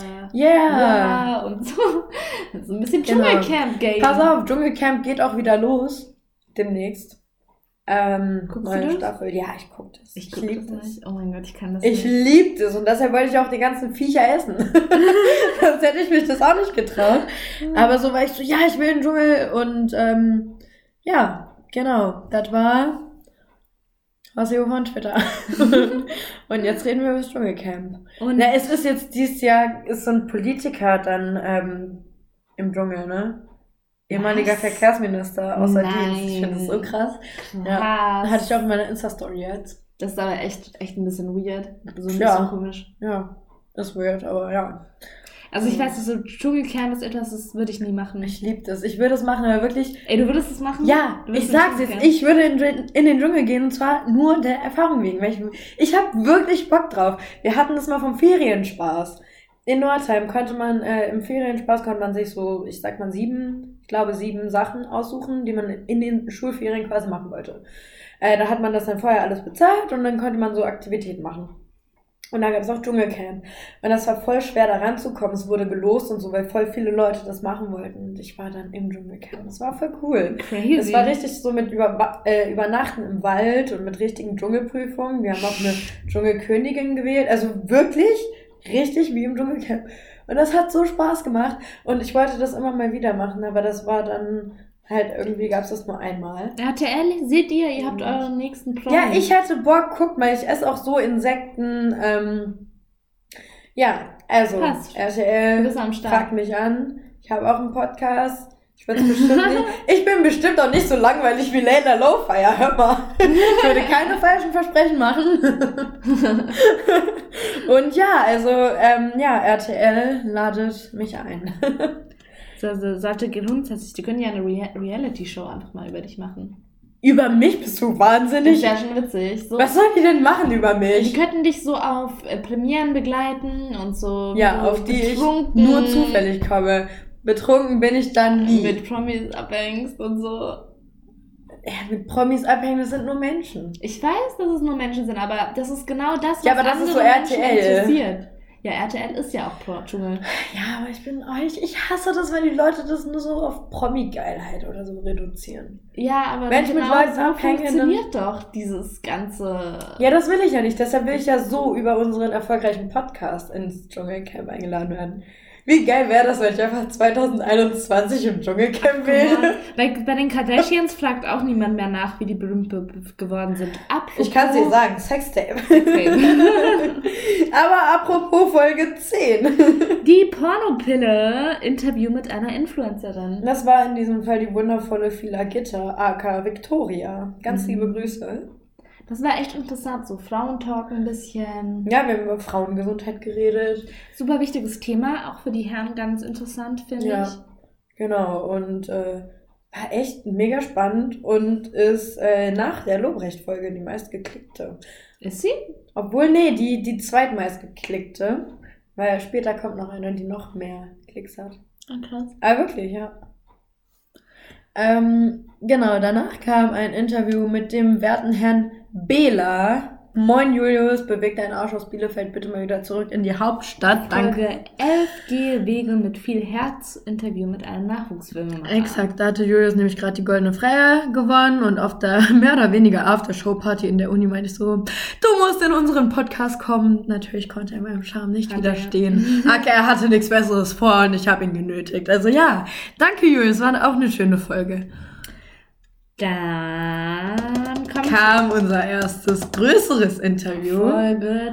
und so. So ein bisschen Dschungelcamp-Game. Pass auf, Dschungelcamp geht auch wieder los. Demnächst. Guckst neue du das? Staffel. Ja, ich guck das. Ich liebe das nicht. Oh mein Gott, ich kann das nicht. Ich liebe das und deshalb wollte ich auch die ganzen Viecher essen. Sonst hätte ich mich das auch nicht getraut. Aber so war ich so, ja, ich will den Dschungel und ja, genau, das war Seehofer von Twitter. Und jetzt reden wir über das Dschungelcamp. Und es ist jetzt dieses Jahr, ist so ein Politiker dann im Dschungel, ne? Ehemaliger Verkehrsminister außer Dienst. Ich finde das so krass. Ja, hatte ich auch in meiner Insta-Story jetzt. Das ist aber echt ein bisschen weird. So ein bisschen komisch. Ja, ist weird, aber ja. Also ich weiß, dass so Dschungelcamp ist etwas, das würde ich nie machen. Ich liebe das. Ich würde es machen, aber wirklich... Ey, du würdest es machen? Ja, ich sag's jetzt. Ich würde in den Dschungel gehen und zwar nur der Erfahrung wegen. Weil ich habe wirklich Bock drauf. Wir hatten das mal vom Ferienspaß. In Nordheim konnte man, im Ferienspaß konnte man sich so, ich sag mal 7 Sachen aussuchen, die man in den Schulferien quasi machen wollte. Da hat man das dann vorher alles bezahlt und dann konnte man so Aktivitäten machen. Und da gab es auch Dschungelcamp. Und das war voll schwer, da ranzukommen. Es wurde gelost und so, weil voll viele Leute das machen wollten. Und ich war dann im Dschungelcamp. Das war voll cool. Crazy. Es war richtig so mit Übernachten im Wald und mit richtigen Dschungelprüfungen. Wir haben auch eine Dschungelkönigin gewählt. Also wirklich richtig wie im Dschungelcamp. Und das hat so Spaß gemacht. Und ich wollte das immer mal wieder machen, aber das war dann halt irgendwie, gab es das nur einmal. RTL, seht ihr habt euren nächsten Promi. Ja, ich hatte Bock, guck mal, ich esse auch so Insekten. Ja, also Passt. RTL, Du bist am Start. fragt mich an. Ich habe auch einen Podcast. Ich bin bestimmt auch nicht so langweilig wie Layla Lowfire, hör mal. Ich würde keine falschen Versprechen machen. Und ja, also, RTL ladet mich ein. Sollte grundsätzlich, die können ja eine Reality-Show einfach mal über dich machen. Über mich bist du wahnsinnig. Das ist ja schon witzig. So, was sollen die denn machen über mich? die könnten dich so auf Premieren begleiten und so. Ja, so auf die ich nur zufällig komme. Betrunken bin ich dann nie. Mit Promis abhängst und so. Ja, mit Promis abhängen, das sind nur Menschen. Ich weiß, dass es nur Menschen sind, aber das ist genau das, was ja, aber das ist so Menschen RTL. interessiert. Ja, RTL ist ja auch Pro-Dschungel. Ja, aber ich hasse das, wenn die Leute das nur so auf Promi-Geilheit oder so reduzieren. Ja, aber wenn ich mit Leuten so abhänge, funktioniert doch dieses ganze... Ja, das will ich ja nicht. Deshalb will ich ja so über unseren erfolgreichen Podcast ins Dschungelcamp eingeladen werden. Wie geil wäre das, wenn ich einfach 2021 im Dschungelcamp wäre? Ja. Bei den Kardashians fragt auch niemand mehr nach, wie die berühmt geworden sind. Ich kann es dir sagen, Sextape. Aber apropos Folge 10. Die Pornopille, Interview mit einer Influencerin. Das war in diesem Fall die wundervolle Fila Gitter, aka Victoria. Ganz liebe Grüße. Das war echt interessant, so Frauentalk ein bisschen. Ja, wir haben über Frauengesundheit geredet. Super wichtiges Thema, auch für die Herren ganz interessant, finde ich. Ja, genau. Und war echt mega spannend und ist nach der Lobrecht-Folge die meistgeklickte. Ist sie? Obwohl, nee, die zweitmeistgeklickte. Weil später kommt noch eine, die noch mehr Klicks hat. Ah, krass. Aber wirklich, ja. Genau, danach kam ein Interview mit dem werten Herrn Behler. Moin Julius, beweg deinen Arsch aus Bielefeld bitte mal wieder zurück in die Hauptstadt. Folge 11 Wege mit viel Herz, Interview mit einem Nachwuchsfilmemacher. Exakt, da hatte Julius nämlich gerade die Goldene Freier gewonnen und auf der mehr oder weniger Aftershow-Party in der Uni meinte ich so, du musst in unseren Podcast kommen. Natürlich konnte er meinem Charme nicht widerstehen. Okay, er hatte nichts Besseres vor und ich habe ihn genötigt. Also ja, danke Julius, war auch eine schöne Folge. Dann kam unser erstes größeres Interview. Folge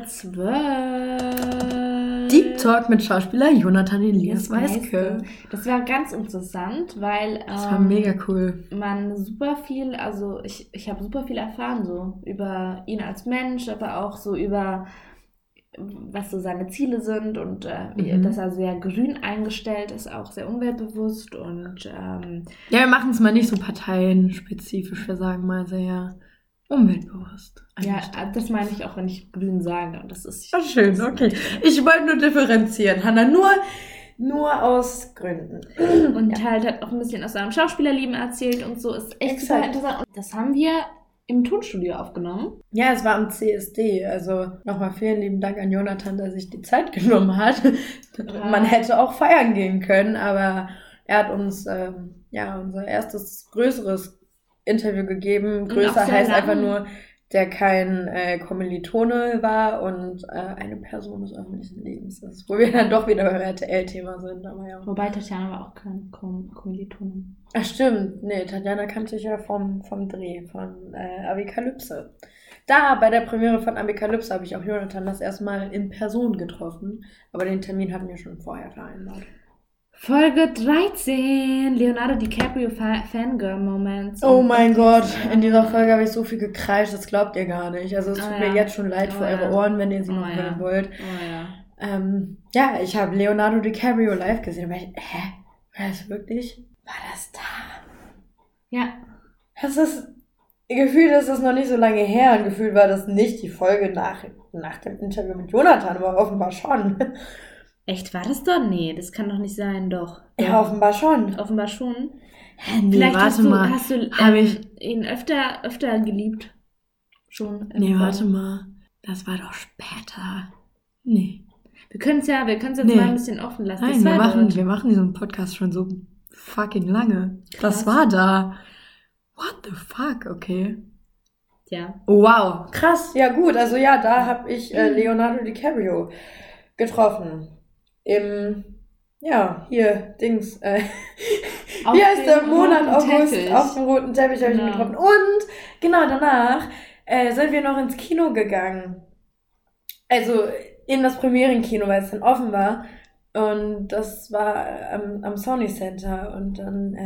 12. Deep Talk mit Schauspieler Jonathan Elias Weiske. Das war ganz interessant, weil das war mega cool. Man super viel, also ich habe super viel erfahren so über ihn als Mensch, aber auch so über was so seine Ziele sind und dass er sehr grün eingestellt ist, auch sehr umweltbewusst und ja, wir machen es mal nicht so parteienspezifisch, wir sagen mal sehr umweltbewusst. Ja, das meine ich auch, wenn ich grün sage. Das ist schön, okay. Ich wollte nur differenzieren, Hannah, nur aus Gründen. Und halt hat auch ein bisschen aus seinem Schauspielerleben erzählt und so, ist echt super interessant. Und das haben wir im Tonstudio aufgenommen. Ja, es war am CSD, also nochmal vielen lieben Dank an Jonathan, dass sich die Zeit genommen hat. Ja. Man hätte auch feiern gehen können, aber er hat uns unser erstes größeres Interview gegeben. Größer heißt einfach nur, der kein Kommilitone war und eine Person des öffentlichen Lebens ist. Wo wir dann doch wieder beim RTL-Thema sind. Aber ja. Wobei Tatjana war auch kein Kommilitone. Ach stimmt, nee, Tatjana kannte ich ja vom Dreh von Abikalypse. Da, bei der Premiere von Abikalypse habe ich auch Jonathan das erste Mal in Person getroffen. Aber den Termin hatten wir schon vorher vereinbart. Folge 13, Leonardo DiCaprio Fangirl Moments. Oh mein Gott, in dieser Folge habe ich so viel gekreischt, das glaubt ihr gar nicht. Also es tut mir jetzt schon leid für eure Ohren, wenn ihr sie noch hören wollt. Ich habe Leonardo DiCaprio live gesehen. Aber war das wirklich? War das da? Ja. Gefühlt ist das noch nicht so lange her und gefühlt war das nicht die Folge nach dem Interview mit Jonathan, aber offenbar schon. Echt, war das doch? Nee, das kann doch nicht sein, doch. Ja, offenbar schon. Offenbar schon. Nee, vielleicht hast du ihn öfter geliebt. Schon. Warte mal. Das war doch später. Nee. Wir können es jetzt mal ein bisschen offen lassen. Nein, wir machen diesen Podcast schon so fucking lange. Krass. Das war da. What the fuck? Okay. Ja. Wow. Krass. Ja gut, also ja, da habe ich Leonardo DiCaprio getroffen. wie heißt der Monat August? Auf dem roten Teppich habe ich ihn getroffen. Und genau danach sind wir noch ins Kino gegangen. Also in das Premierenkino, weil es dann offen war. Und das war am Sony Center. Und dann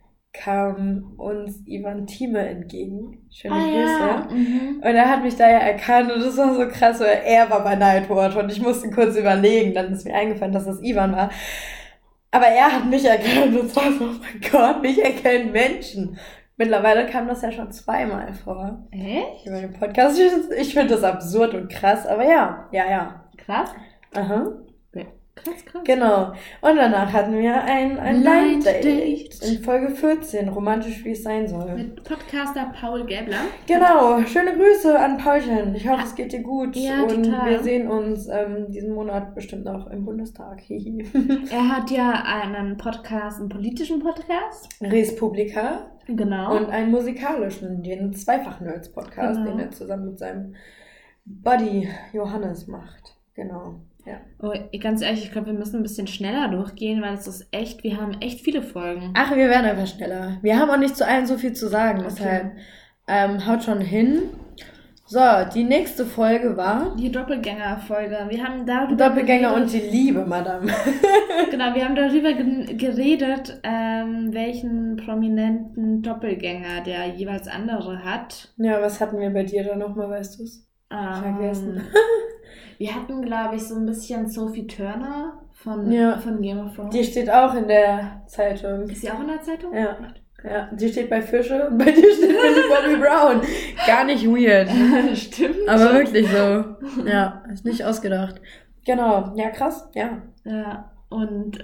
kam uns Ivan Thieme entgegen. Schöne Grüße. Ja. Und er hat mich da ja erkannt und das war so krass, weil er war bei Nightwatch und ich musste kurz überlegen, dann ist mir eingefallen, dass das Ivan war. Aber er hat mich erkannt und so, oh mein Gott, mich erkennen Menschen. Mittlerweile kam das ja schon 2-mal vor. Echt? Über den Podcast. Ich finde das absurd und krass, aber ja. Krass? Aha. Krass. Genau. Und danach hatten wir ein Blind Date in Folge 14, romantisch wie es sein soll. Mit Podcaster Paul Gäbler. Genau. Schöne Grüße an Paulchen. Ich hoffe, es geht dir gut. Ja, und total. wir sehen uns diesen Monat bestimmt noch im Bundestag. Er hat ja einen politischen Podcast. Respublika. Genau. Und einen musikalischen, den Zweifach-Nerds-Podcast, den er zusammen mit seinem Buddy Johannes macht. Genau. Ja. Oh, ganz ehrlich, ich glaube, wir müssen ein bisschen schneller durchgehen, weil wir haben echt viele Folgen. Ach, wir werden einfach schneller. Wir haben auch nicht zu allen so viel zu sagen, deshalb haut schon hin. So, die nächste Folge war... Die Doppelgänger-Folge. Wir haben darüber Doppelgänger und die Liebe, Madame. Genau, wir haben darüber geredet, welchen prominenten Doppelgänger der jeweils andere hat. Ja, was hatten wir bei dir da nochmal, weißt du es? Vergessen. Wir hatten, glaube ich, so ein bisschen Sophie Turner von Game of Thrones. Die steht auch in der Zeitung. Ist sie auch in der Zeitung? Ja, die steht bei Fische und bei dir steht Millie Bobby Brown. Gar nicht weird. Stimmt. Aber wirklich so. Ja, ist nicht ausgedacht. Genau, ja krass, ja. Ja, und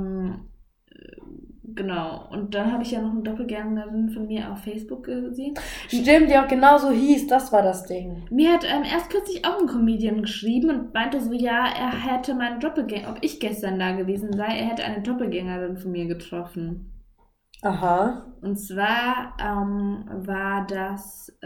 genau. Und dann habe ich ja noch eine Doppelgängerin von mir auf Facebook gesehen. Stimmt, die auch genauso hieß, das war das Ding. Mir hat erst kürzlich auch ein Comedian geschrieben und meinte so, ja, er hätte meine Doppelgängerin, ob ich gestern da gewesen sei, er hätte eine Doppelgängerin von mir getroffen. Aha. Und zwar war das,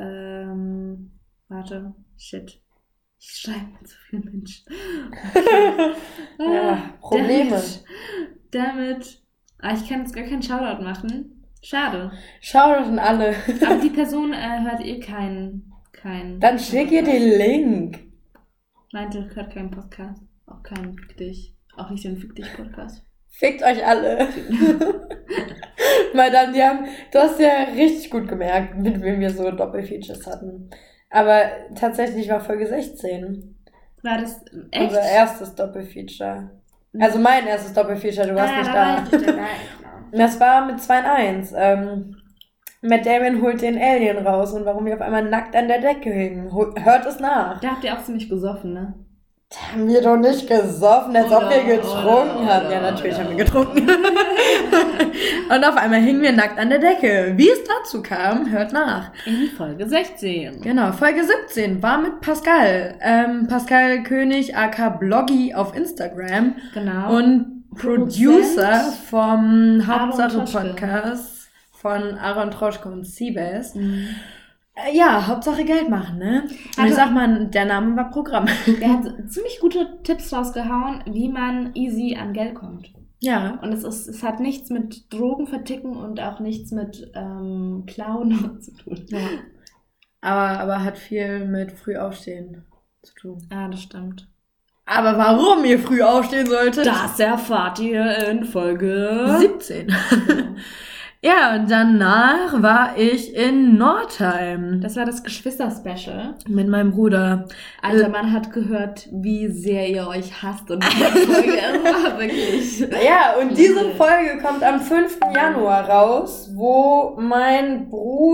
ich schreibe mit so vielen Menschen. Okay. Ja, Probleme. Damit. Ich kann jetzt gar keinen Shoutout machen. Schade. Shoutout an alle. Aber die Person hört keinen. Dann schick ihr den Link. Meinte, hört keinen Podcast. Auch keinen Fick dich. Auch nicht den Fick dich Podcast. Fickt euch alle. Weil dann, du hast ja richtig gut gemerkt, mit wem wir so Doppelfeatures hatten. Aber tatsächlich war Folge 16. War das echt? Unser erstes Doppelfeature. Also mein erstes Doppelfeature, du warst nicht da. Das war mit 2 in 1. Matt Damon holt den Alien raus und warum wir auf einmal nackt an der Decke hingen. Hört es nach. Da habt ihr auch ziemlich gesoffen, ne? Da haben wir doch nicht gesoffen, als ob wir getrunken hatten. Ja, natürlich haben wir getrunken. Und auf einmal hingen wir nackt an der Decke. Wie es dazu kam, hört nach. In Folge 16. Genau, Folge 17 war mit Pascal. Pascal König, aka Bloggy auf Instagram. Genau. Und Producer vom Hauptsache-Podcast von Aaron Troschke und Siebes. Mhm. Ja, Hauptsache Geld machen, ne? Und ich sag mal, der Name war Programm. Der hat ziemlich gute Tipps rausgehauen, wie man easy an Geld kommt. Ja. Und es hat nichts mit Drogen verticken und auch nichts mit Klauen zu tun. Ja. Aber hat viel mit Frühaufstehen zu tun. Ah, das stimmt. Aber warum ihr früh aufstehen solltet? Das erfahrt ihr in Folge 17. Ja, und danach war ich in Nordheim. Das war das Geschwister-Special. Mit meinem Bruder. Alter, man hat gehört, wie sehr ihr euch hasst. Und diese Folge war wirklich... Ja, und diese Folge kommt am 5. Januar raus, wo mein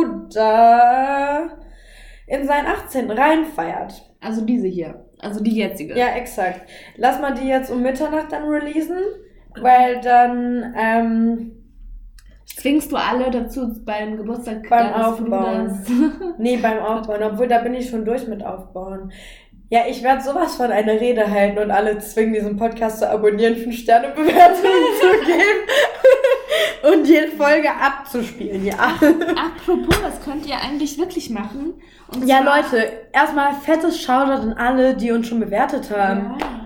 Bruder in seinen 18. reinfeiert. Also diese hier. Also die jetzige. Ja, exakt. Lass mal die jetzt um Mitternacht dann releasen, weil dann... Zwingst du alle dazu beim Geburtstag beim Aufbauen? Nee, beim Aufbauen. Obwohl, da bin ich schon durch mit Aufbauen. Ja, ich werde sowas von einer Rede halten und alle zwingen, diesen Podcast zu abonnieren, 5-Sterne-Bewertungen zu geben und jede Folge abzuspielen. Ja. Apropos, das könnt ihr eigentlich wirklich machen. Und ja, Leute, erstmal fettes Shoutout an alle, die uns schon bewertet haben. Ja.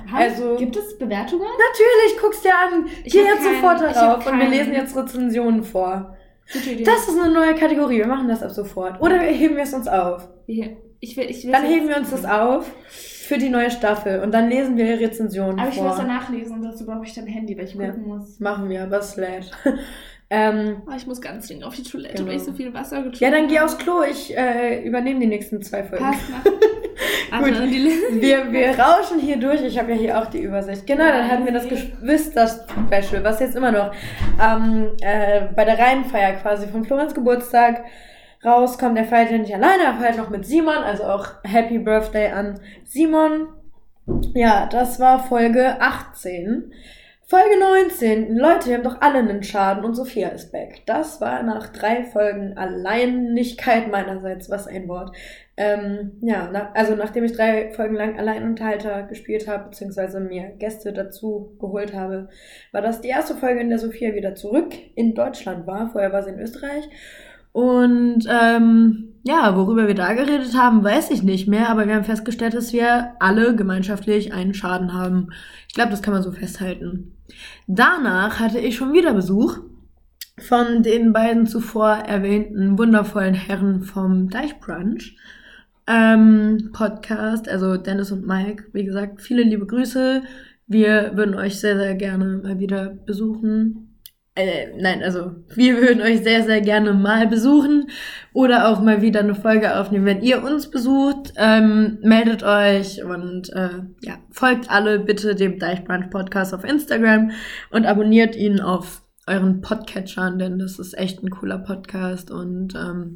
Also, gibt es Bewertungen? Natürlich, guck's dir an. Geh jetzt sofort darauf und wir keinen. lesen jetzt Rezensionen vor. Gute Idee. Das ist eine neue Kategorie, wir machen das ab sofort. Oder heben wir es uns auf? Ich will Dann heben wir uns das auf für die neue Staffel und dann lesen wir Rezensionen Aber vor. ich will das danach lesen und dazu brauche ich dann Handy, weil ich gucken muss. Machen wir, aber es lädt. Ich muss ganz dringend auf die Toilette, Genau. weil ich so viel Wasser getrunken habe. Ja, dann geh aufs Klo. Ich übernehme die nächsten 2 Folgen. Passt, mach. Gut, wir rauschen hier durch. Ich habe ja hier auch die Übersicht. Genau, dann hatten wir das Geschwister-Special, was jetzt immer noch bei der Reihenfeier quasi vom Florenz Geburtstag rauskommt. Er feiert ja nicht alleine, er feiert noch mit Simon, also auch Happy Birthday an Simon. Ja, das war Folge 18. Folge 19. Leute, wir haben doch alle einen Schaden und Sophia ist back. Das war nach 3 Folgen Alleinigkeit meinerseits, was ein Wort. Nachdem ich 3 Folgen lang Alleinunterhalter gespielt habe, beziehungsweise mir Gäste dazu geholt habe, war das die erste Folge, in der Sophia wieder zurück in Deutschland war. Vorher war sie in Österreich. Und worüber wir da geredet haben, weiß ich nicht mehr, aber wir haben festgestellt, dass wir alle gemeinschaftlich einen Schaden haben. Ich glaube, das kann man so festhalten. Danach hatte ich schon wieder Besuch von den beiden zuvor erwähnten wundervollen Herren vom Deichbrunch Podcast, also Dennis und Mike. Wie gesagt, viele liebe Grüße. Wir würden euch sehr, sehr gerne mal wieder besuchen. Wir würden euch sehr, sehr gerne mal besuchen oder auch mal wieder eine Folge aufnehmen. Wenn ihr uns besucht, meldet euch und folgt alle bitte dem Deichbrunch Podcast auf Instagram und abonniert ihn auf euren Podcatchern, denn das ist echt ein cooler Podcast und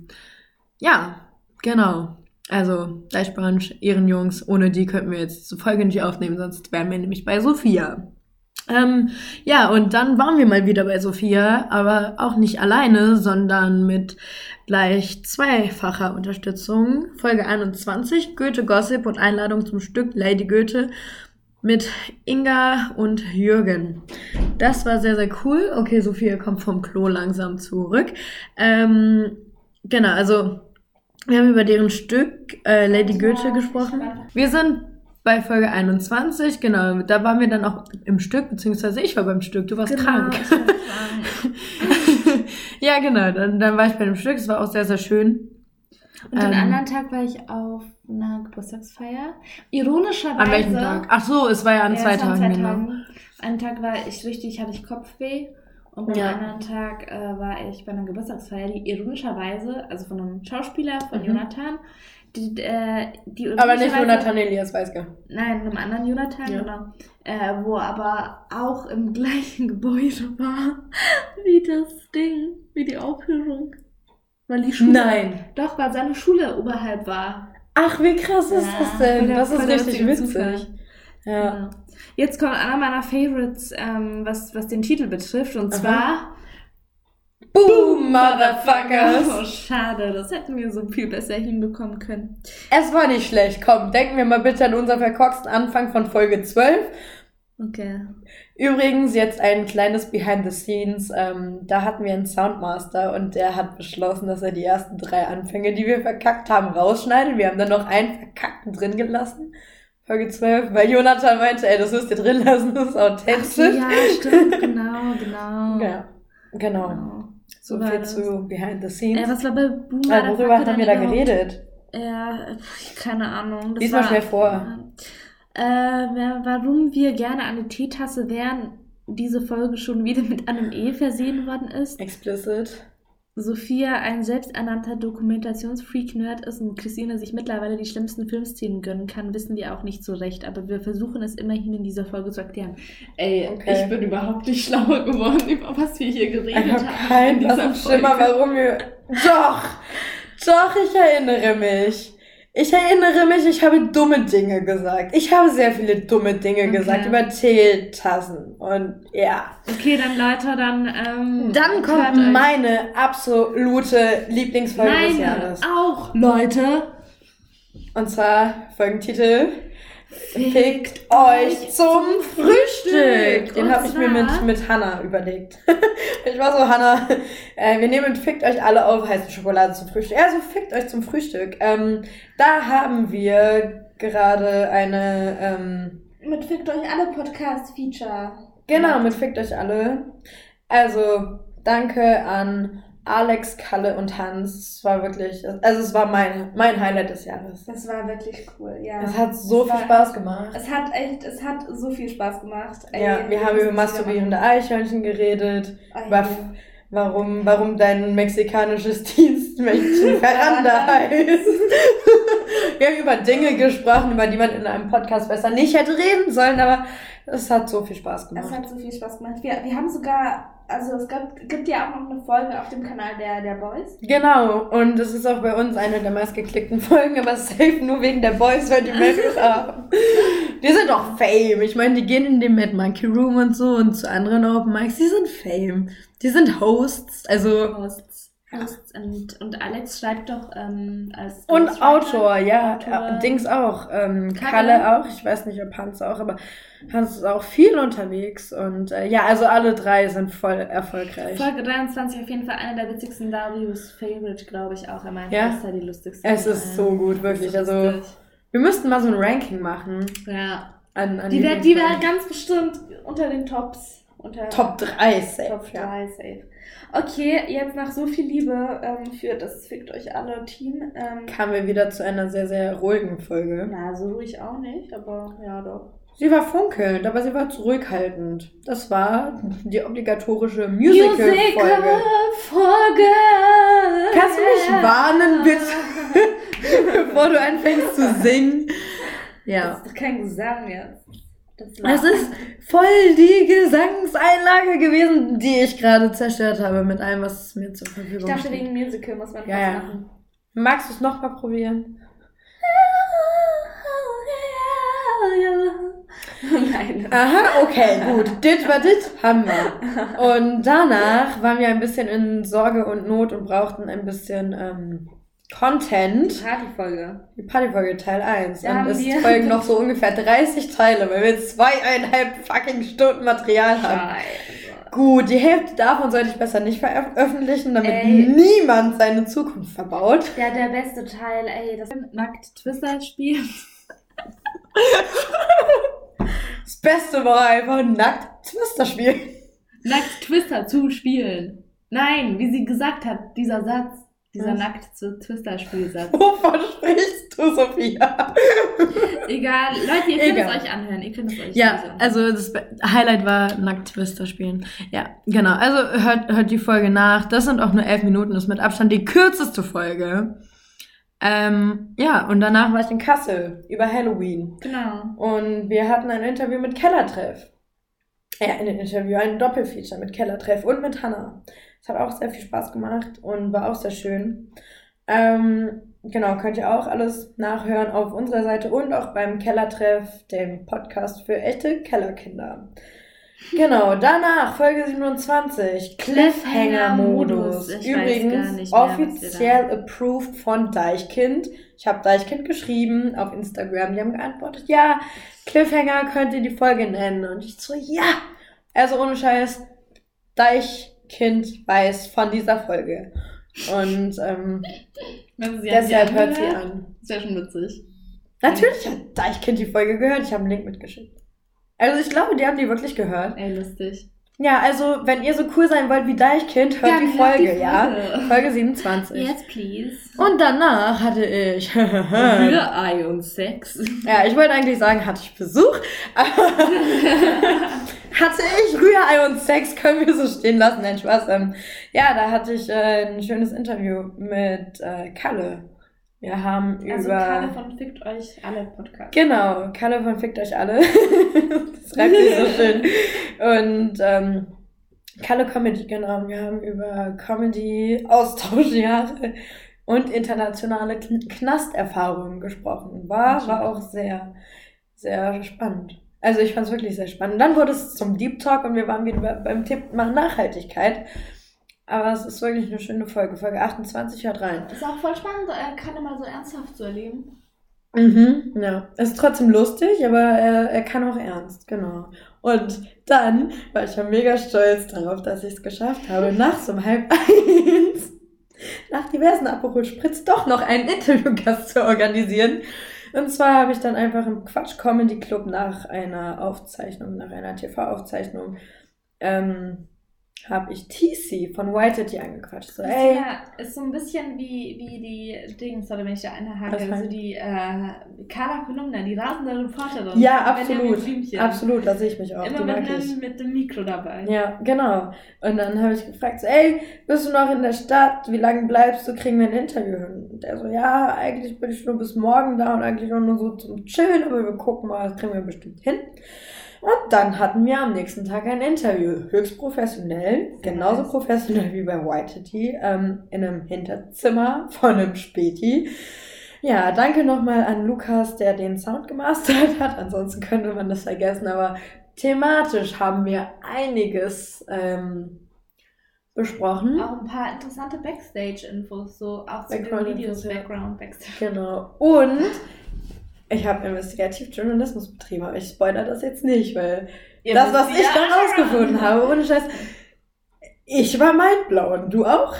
genau. Also Deichbrunch, Ehrenjungs, ohne die könnten wir jetzt diese Folge nicht aufnehmen, sonst wären wir nämlich bei Sophia. Und dann waren wir mal wieder bei Sophia, aber auch nicht alleine, sondern mit gleich 2-facher Unterstützung. Folge 21, Goethe Gossip und Einladung zum Stück Lady Goethe mit Inga und Jürgen. Das war sehr, sehr cool. Okay, Sophia kommt vom Klo langsam zurück. Wir haben über deren Stück Lady Goethe gesprochen. Wir sind bei Folge 21, genau, da waren wir dann auch im Stück, beziehungsweise ich war beim Stück, du warst krank. Ich war krank. Ja, genau, dann war ich bei dem Stück, es war auch sehr, sehr schön. Und den anderen Tag war ich auf einer Geburtstagsfeier. Ironischerweise. An welchem Tag? Ach so, es war ja an 2 Tagen, genau. Einen Tag hatte ich Kopfweh. Und beim anderen Tag war ich bei einer Geburtstagsfeier, die ironischerweise, also von einem Schauspieler, von Jonathan, aber nicht Jonathan Elias Weiske. Nein, einem anderen Jonathan, genau. Wo aber auch im gleichen Gebäude war wie das Ding, wie die Aufführung. Weil die Schule. Nein. Doch, weil seine Schule oberhalb war. Ach, wie krass ist das denn? Das ist richtig witzig. Ja. Genau. Jetzt kommt einer meiner Favorites, was den Titel betrifft, und zwar Boom, Motherfuckers! Oh, schade, das hätten wir so viel besser hinbekommen können. Es war nicht schlecht, komm, denken wir mal bitte an unseren verkorksten Anfang von Folge 12. Okay. Übrigens, jetzt ein kleines Behind the Scenes. Da hatten wir einen Soundmaster und der hat beschlossen, dass er die ersten 3 Anfänge, die wir verkackt haben, rausschneidet. Wir haben dann noch einen verkackten drin gelassen. Folge 12, weil Jonathan meinte, das müsst ihr drin lassen, das ist authentisch. Ja, stimmt, genau. Ja, genau. So viel zu Behind the Scenes. Was war bei Boomer? Worüber haben wir da geredet? Ja, keine Ahnung. Lies mal schnell vor. Warum wir gerne eine Teetasse wären, diese Folge schon wieder mit einem E versehen worden ist. Explicit. Sophia ein selbsternannter Dokumentationsfreak-Nerd ist und Christine sich mittlerweile die schlimmsten Filmszenen gönnen kann, wissen wir auch nicht so recht, aber wir versuchen es immerhin in dieser Folge zu erklären. Ich bin überhaupt nicht schlauer geworden, über was wir hier geredet haben. Kein Schimmer, warum wir... Doch, ich erinnere mich. Ich habe dumme Dinge gesagt. Ich habe sehr viele dumme Dinge gesagt über Teetassen und ja. Okay, dann Leute, dann kommt meine absolute Lieblingsfolge des Jahres. Auch, Leute. Und zwar Folgentitel Fickt euch zum Frühstück. Den habe ich mir mit Hannah überlegt. Ich war so, Hannah, wir nehmen Fickt euch alle auf heiße Schokolade zum Frühstück. Also fickt euch zum Frühstück. Da haben wir gerade eine Mit Fickt euch alle Podcast-Feature. Genau, mit Fickt euch alle. Also, danke an Alex, Kalle und Hans. Es war wirklich, also es war mein Highlight des Jahres. Das war wirklich cool, ja. Es hat so viel Spaß gemacht. Es hat so viel Spaß gemacht. Ja, wir haben über masturbierende Eichhörnchen geredet, über warum dein mexikanisches Dienstmädchen Veranda heißt. Wir haben über Dinge gesprochen, über die man in einem Podcast besser nicht hätte reden sollen, aber es hat so viel Spaß gemacht. Es hat so viel Spaß gemacht. Wir haben sogar, also es gibt ja auch noch eine Folge auf dem Kanal der Boys. Genau, und es ist auch bei uns eine der meistgeklickten Folgen, aber safe nur wegen der Boys, weil die mehr haben. Die sind doch Fame. Ich meine, die gehen in den Mad Monkey Room und so und zu anderen Open Mics. Die sind Fame. Die sind Hosts, also... Hosts und Alex schreibt doch als... Und Autor, ja. Dings auch. Kalle auch. Ich weiß nicht, ob Hans auch, aber Hans ist auch viel unterwegs. Und ja, also alle drei sind voll erfolgreich. Folge 23 auf jeden Fall eine der witzigsten. Darius Favorite, glaube ich auch. Er meint, ja? Das ist ja die lustigste. Es ist so gut, wirklich. Also wir müssten mal so ein Ranking machen. Ja. Die wäre ganz bestimmt unter den Tops. Top 3 safe. Top 3 safe. Okay, jetzt nach so viel Liebe für das Fickt euch alle Team. Kamen wir wieder zu einer sehr, sehr ruhigen Folge. Na, so ruhig auch nicht, aber ja doch. Sie war funkelnd, aber sie war zurückhaltend. Das war die obligatorische Musical-Folge. Kannst du mich warnen, bitte? Bevor du anfängst zu singen. Ja. Das ist doch kein Gesang jetzt. Das ist voll die Gesangseinlage gewesen, die ich gerade zerstört habe mit allem, was mir zur Verfügung steht. Ich dachte, wegen Musical muss man was machen. Magst du es noch mal probieren? Nein. Aha, okay, gut. Dit war dit, haben wir. Und danach waren wir ein bisschen in Sorge und Not und brauchten ein bisschen Content. Die Partyfolge Teil 1. Und es folgen noch so ungefähr 30 Teile, weil wir 2,5 fucking Stunden Material haben. Scheiße. Gut, die Hälfte davon sollte ich besser nicht veröffentlichen, damit niemand seine Zukunft verbaut. Ja, der beste Teil, das nackt Twister spielt. Das Beste war einfach nackt Twister spielen. Nackt Twister zu spielen. Nein, wie sie gesagt hat, dieser Satz. Dieser Nackt-Twister-Spielsatz. Wovon sprichst du, Sophia? Egal. Leute, ihr könnt es euch anhören. Ja, also das Highlight war Nackt-Twister spielen. Ja, genau. Also hört die Folge nach. Das sind auch nur 11 Minuten. Das ist mit Abstand die kürzeste Folge. Ja, und danach war ich in Kassel über Halloween. Genau. Und wir hatten ein Interview mit Kellertreff. Ja, ein Doppelfeature mit Kellertreff und mit Hannah. Es hat auch sehr viel Spaß gemacht und war auch sehr schön. Genau, könnt ihr auch alles nachhören auf unserer Seite und auch beim Kellertreff, dem Podcast für echte Kellerkinder. Genau, danach Folge 27, Cliffhanger-Modus. Übrigens offiziell approved von Deichkind. Ich habe Deichkind geschrieben auf Instagram. Die haben geantwortet, ja, Cliffhanger könnt ihr die Folge nennen. Und ich so, ja. Also ohne Scheiß, Deichkind weiß von dieser Folge. Und deshalb hört sie an. Das wäre schon witzig. Natürlich hat Deichkind die Folge gehört. Ich habe einen Link mitgeschickt. Also ich glaube, die haben die wirklich gehört. Ey, lustig. Ja, also wenn ihr so cool sein wollt wie Deichkind, hört die Folge, ja. Folge 27. Yes, please. Und danach hatte ich Rührei und Sex. Ja, ich wollte eigentlich sagen, hatte ich Besuch. Hatte ich Rührei und Sex, können wir so stehen lassen, nein, Spaß. Ja, da hatte ich ein schönes Interview mit Kalle. Wir haben Kalle von Fickt euch alle Podcast. Genau, Kalle von Fickt euch alle. Das reimt sich so schön. Und Kalle Comedy, genau. Wir haben über Comedy, Austauschjahre und internationale Knasterfahrungen gesprochen. War auch sehr, sehr spannend. Also ich fand es wirklich sehr spannend. Dann wurde es zum Deep Talk und wir waren wieder beim Thema Nachhaltigkeit. Aber es ist wirklich eine schöne Folge. Folge 28, hört rein. Ist auch voll spannend, kann immer so ernsthaft zu erleben. Mhm, ja. Es ist trotzdem lustig, aber er kann auch ernst, genau. Und dann war ich ja mega stolz darauf, dass ich es geschafft habe, nach so um 12:30, nach diversen Aperol Spritz, doch noch einen Interviewgast zu organisieren. Und zwar habe ich dann einfach im Quatsch Comedy Club nach einer TV-Aufzeichnung, habe ich TC von Whitey angequatscht. So, ey. Ja, ist so ein bisschen wie die Dings, oder wenn ich da einhake, also die Carla Kolumna, die rasende Reporterin. Ja, absolut. Absolut, da sehe ich mich auch. Immer mit dem Mikro dabei. Ja, genau. Und dann habe ich gefragt, so, ey, bist du noch in der Stadt? Wie lange bleibst du? Kriegen wir ein Interview hin? Und der so, ja, eigentlich bin ich nur bis morgen da und eigentlich auch nur so zum Chillen, aber wir gucken mal, das kriegen wir bestimmt hin. Und dann hatten wir am nächsten Tag ein Interview, höchst professionell, genauso professionell wie bei Whitey, in einem Hinterzimmer von einem Späti. Ja, danke nochmal an Lukas, der den Sound gemastert hat, ansonsten könnte man das vergessen, aber thematisch haben wir einiges besprochen. Auch ein paar interessante Backstage-Infos, so auch zu den Videos, Background, Backstage. Genau, und ich habe Investigativjournalismus betrieben, aber ich spoilere das jetzt nicht, weil das, was ich dann rausgefunden habe, ohne Scheiß, ich war mindblown. Du auch?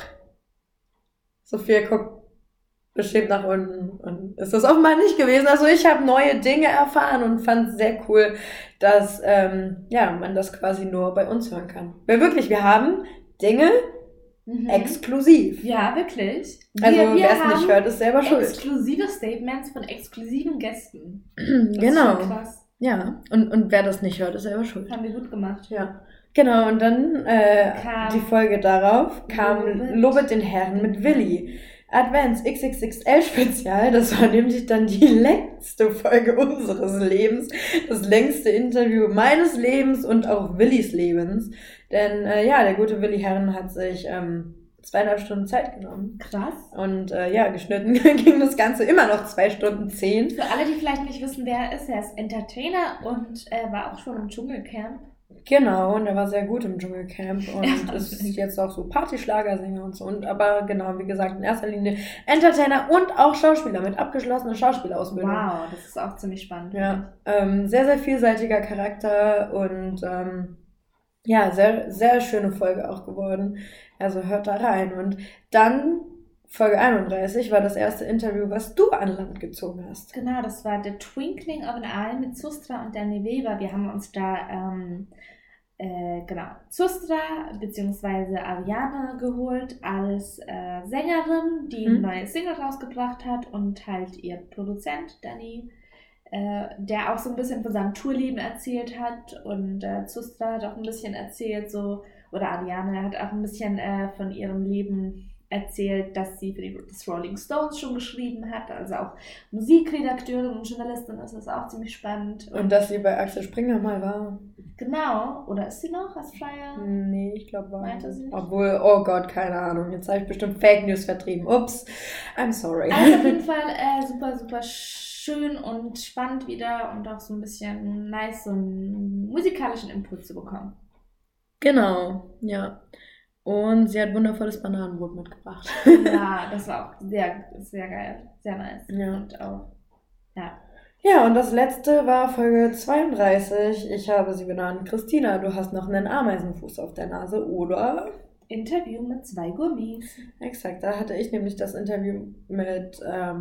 Sophia guckt bestimmt nach unten und ist das offenbar nicht gewesen. Also ich habe neue Dinge erfahren und fand es sehr cool, dass man das quasi nur bei uns hören kann. Weil wirklich, wir haben Dinge exklusiv. Ja, wirklich. Also wer es nicht hört, ist selber schuld. Exklusive Statements von exklusiven Gästen. Genau. Das ist schon krass. Ja, und wer das nicht hört, ist selber schuld. Haben wir gut gemacht. Ja. Genau, und dann die Folge darauf kam Lobet den Herren mit Willi. Advents XXXL Spezial, das war nämlich dann die längste Folge unseres Lebens, das längste Interview meines Lebens und auch Willis Lebens. Denn der gute Willi Herren hat sich 2,5 Stunden Zeit genommen. Krass. Und geschnitten ging das Ganze immer noch 2 Stunden 10. Für alle, die vielleicht nicht wissen, wer er ist Entertainer und war auch schon im Dschungelcamp. Genau, und er war sehr gut im Dschungelcamp und ist jetzt auch so Partyschlagersänger und so. Aber genau, wie gesagt, in erster Linie Entertainer und auch Schauspieler mit abgeschlossener Schauspielausbildung. Wow, das ist auch ziemlich spannend. Ja, sehr, sehr vielseitiger Charakter und sehr, sehr schöne Folge auch geworden. Also hört da rein. Und dann Folge 31 war das erste Interview, was du an Land gezogen hast. Genau, das war The Twinkling of an Eye mit Sustra und Danny Weber. Wir haben uns da Sustra bzw. Ariane geholt als Sängerin, die eine neue Single rausgebracht hat, und halt ihr Produzent Danny, der auch so ein bisschen von seinem Tourleben erzählt hat, und Sustra hat auch ein bisschen erzählt, oder Ariane hat auch ein bisschen von ihrem Leben erzählt, dass sie für die Rolling Stones schon geschrieben hat, also auch Musikredakteurin und Journalistin, das ist auch ziemlich spannend. Und dass sie bei Axel Springer mal war. Genau, oder ist sie noch als freie? Nee, ich glaube war. Meinte sie nicht? Obwohl, oh Gott, keine Ahnung, jetzt habe ich bestimmt Fake News vertrieben. Ups, I'm sorry. Also auf jeden Fall super, super schön und spannend wieder und auch so ein bisschen nice, so einen musikalischen Input zu bekommen. Genau, ja. Und sie hat wundervolles Bananenbrot mitgebracht. Ja, das war auch sehr, sehr geil. Sehr nice. Ja. Und auch, ja. Ja, und das letzte war Folge 32. Ich habe sie benannt. Christina, du hast noch einen Ameisenfuß auf der Nase, oder? Interview mit 2 Gummis. Exakt, da hatte ich nämlich das Interview mit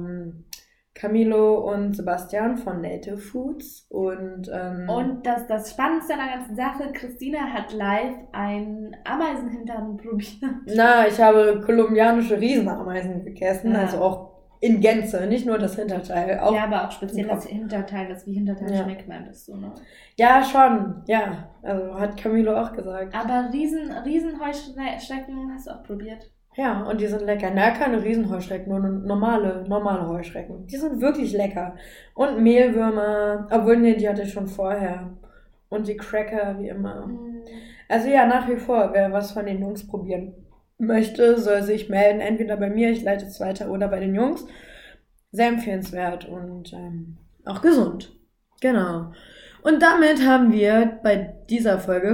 Camilo und Sebastian von Native Foods. Und das Spannendste an der ganzen Sache, Christina hat live einen Ameisenhintern probiert. Na, ich habe kolumbianische Riesenameisen gegessen, also auch in Gänze, nicht nur das Hinterteil. Auch ja, aber auch speziell das Hinterteil, das wie Hinterteil schmeckt, meintest du, ne? Ja, schon, ja. Also hat Camilo auch gesagt. Aber Riesenheuschrecken hast du auch probiert? Ja, und die sind lecker. Na, keine Riesenheuschrecken, nur normale Heuschrecken. Die sind wirklich lecker. Und Mehlwürmer, obwohl, nee, die hatte ich schon vorher. Und die Cracker, wie immer. Also ja, nach wie vor, wer was von den Jungs probieren möchte, soll sich melden. Entweder bei mir, ich leite es weiter, oder bei den Jungs. Sehr empfehlenswert und auch gesund. Genau. Und damit haben wir bei dieser Folge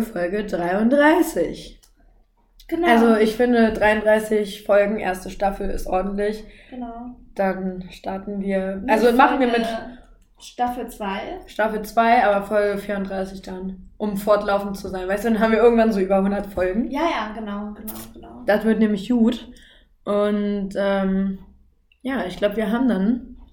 33. Genau. Also ich finde 33 Folgen, erste Staffel ist ordentlich. Genau. Dann starten wir, also machen wir mit Staffel 2. Staffel 2, aber Folge 34 dann, um fortlaufend zu sein. Weißt du, dann haben wir irgendwann so über 100 Folgen. Ja, genau. Das wird nämlich gut. Und ich glaube, wir haben dann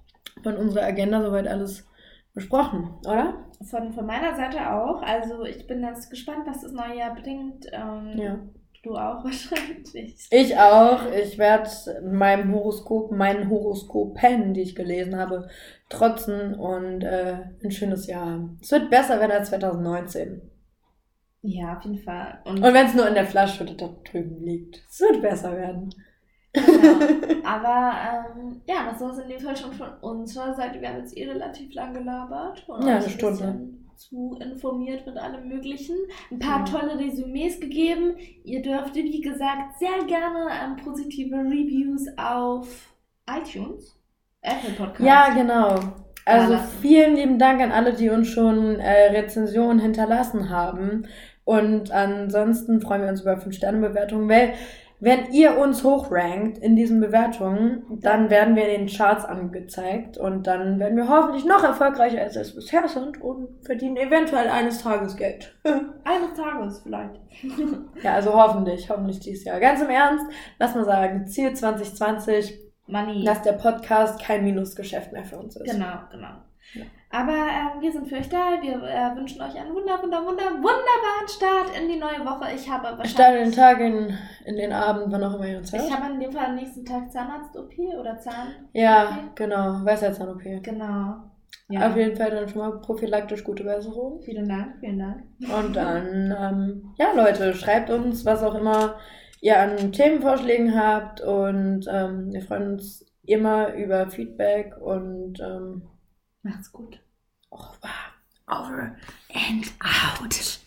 von unserer Agenda soweit alles besprochen, oder? Von meiner Seite auch. Also ich bin ganz gespannt, was das neue Jahr bringt. Ja. Du auch wahrscheinlich. Ich auch. Ich werde meinen Horoskopen, die ich gelesen habe, trotzen und ein schönes Jahr haben. Es wird besser werden als 2019. Ja, auf jeden Fall. Und wenn es nur in der Flasche da drüben liegt. Es wird besser werden. Genau. Aber ja, das war es in dem Fall schon von unserer Seite. Wir haben jetzt relativ lang gelabert. Und Ja, euch eine Stunde. zu informiert mit allem Möglichen. Ein paar tolle Resümees gegeben. Ihr dürft, wie gesagt, sehr gerne positive Reviews auf iTunes, Apple Podcast. Ja, genau. Also lassen. vielen lieben Dank an alle, die uns schon Rezensionen hinterlassen haben. Und ansonsten freuen wir uns über 5-Sterne-Bewertungen, weil wenn ihr uns hochrankt in diesen Bewertungen, dann werden wir in den Charts angezeigt und dann werden wir hoffentlich noch erfolgreicher, als es bisher sind und verdienen eventuell eines Tages Geld. Eines Tages vielleicht. Ja, also hoffentlich dieses Jahr. Ganz im Ernst, lass mal sagen, Ziel 2020, Money. dass der Podcast kein Minusgeschäft mehr für uns ist. Genau. Ja. Aber wir sind für euch da. Wir wünschen euch einen wunderbaren Start in die neue Woche. Ich habe wahrscheinlich... Start in den Tag, in den Abend, wann auch immer ihr uns hört. Ich habe in dem Fall am nächsten Tag Zahnarzt-OP oder Zahn. Ja, genau. Weisheitszahn-OP. Genau. Ja. Auf jeden Fall dann schon mal prophylaktisch gute Besserung. Vielen Dank. Und dann, ja Leute, schreibt uns, was auch immer ihr an Themenvorschlägen habt und wir freuen uns immer über Feedback und Macht's gut. over and out.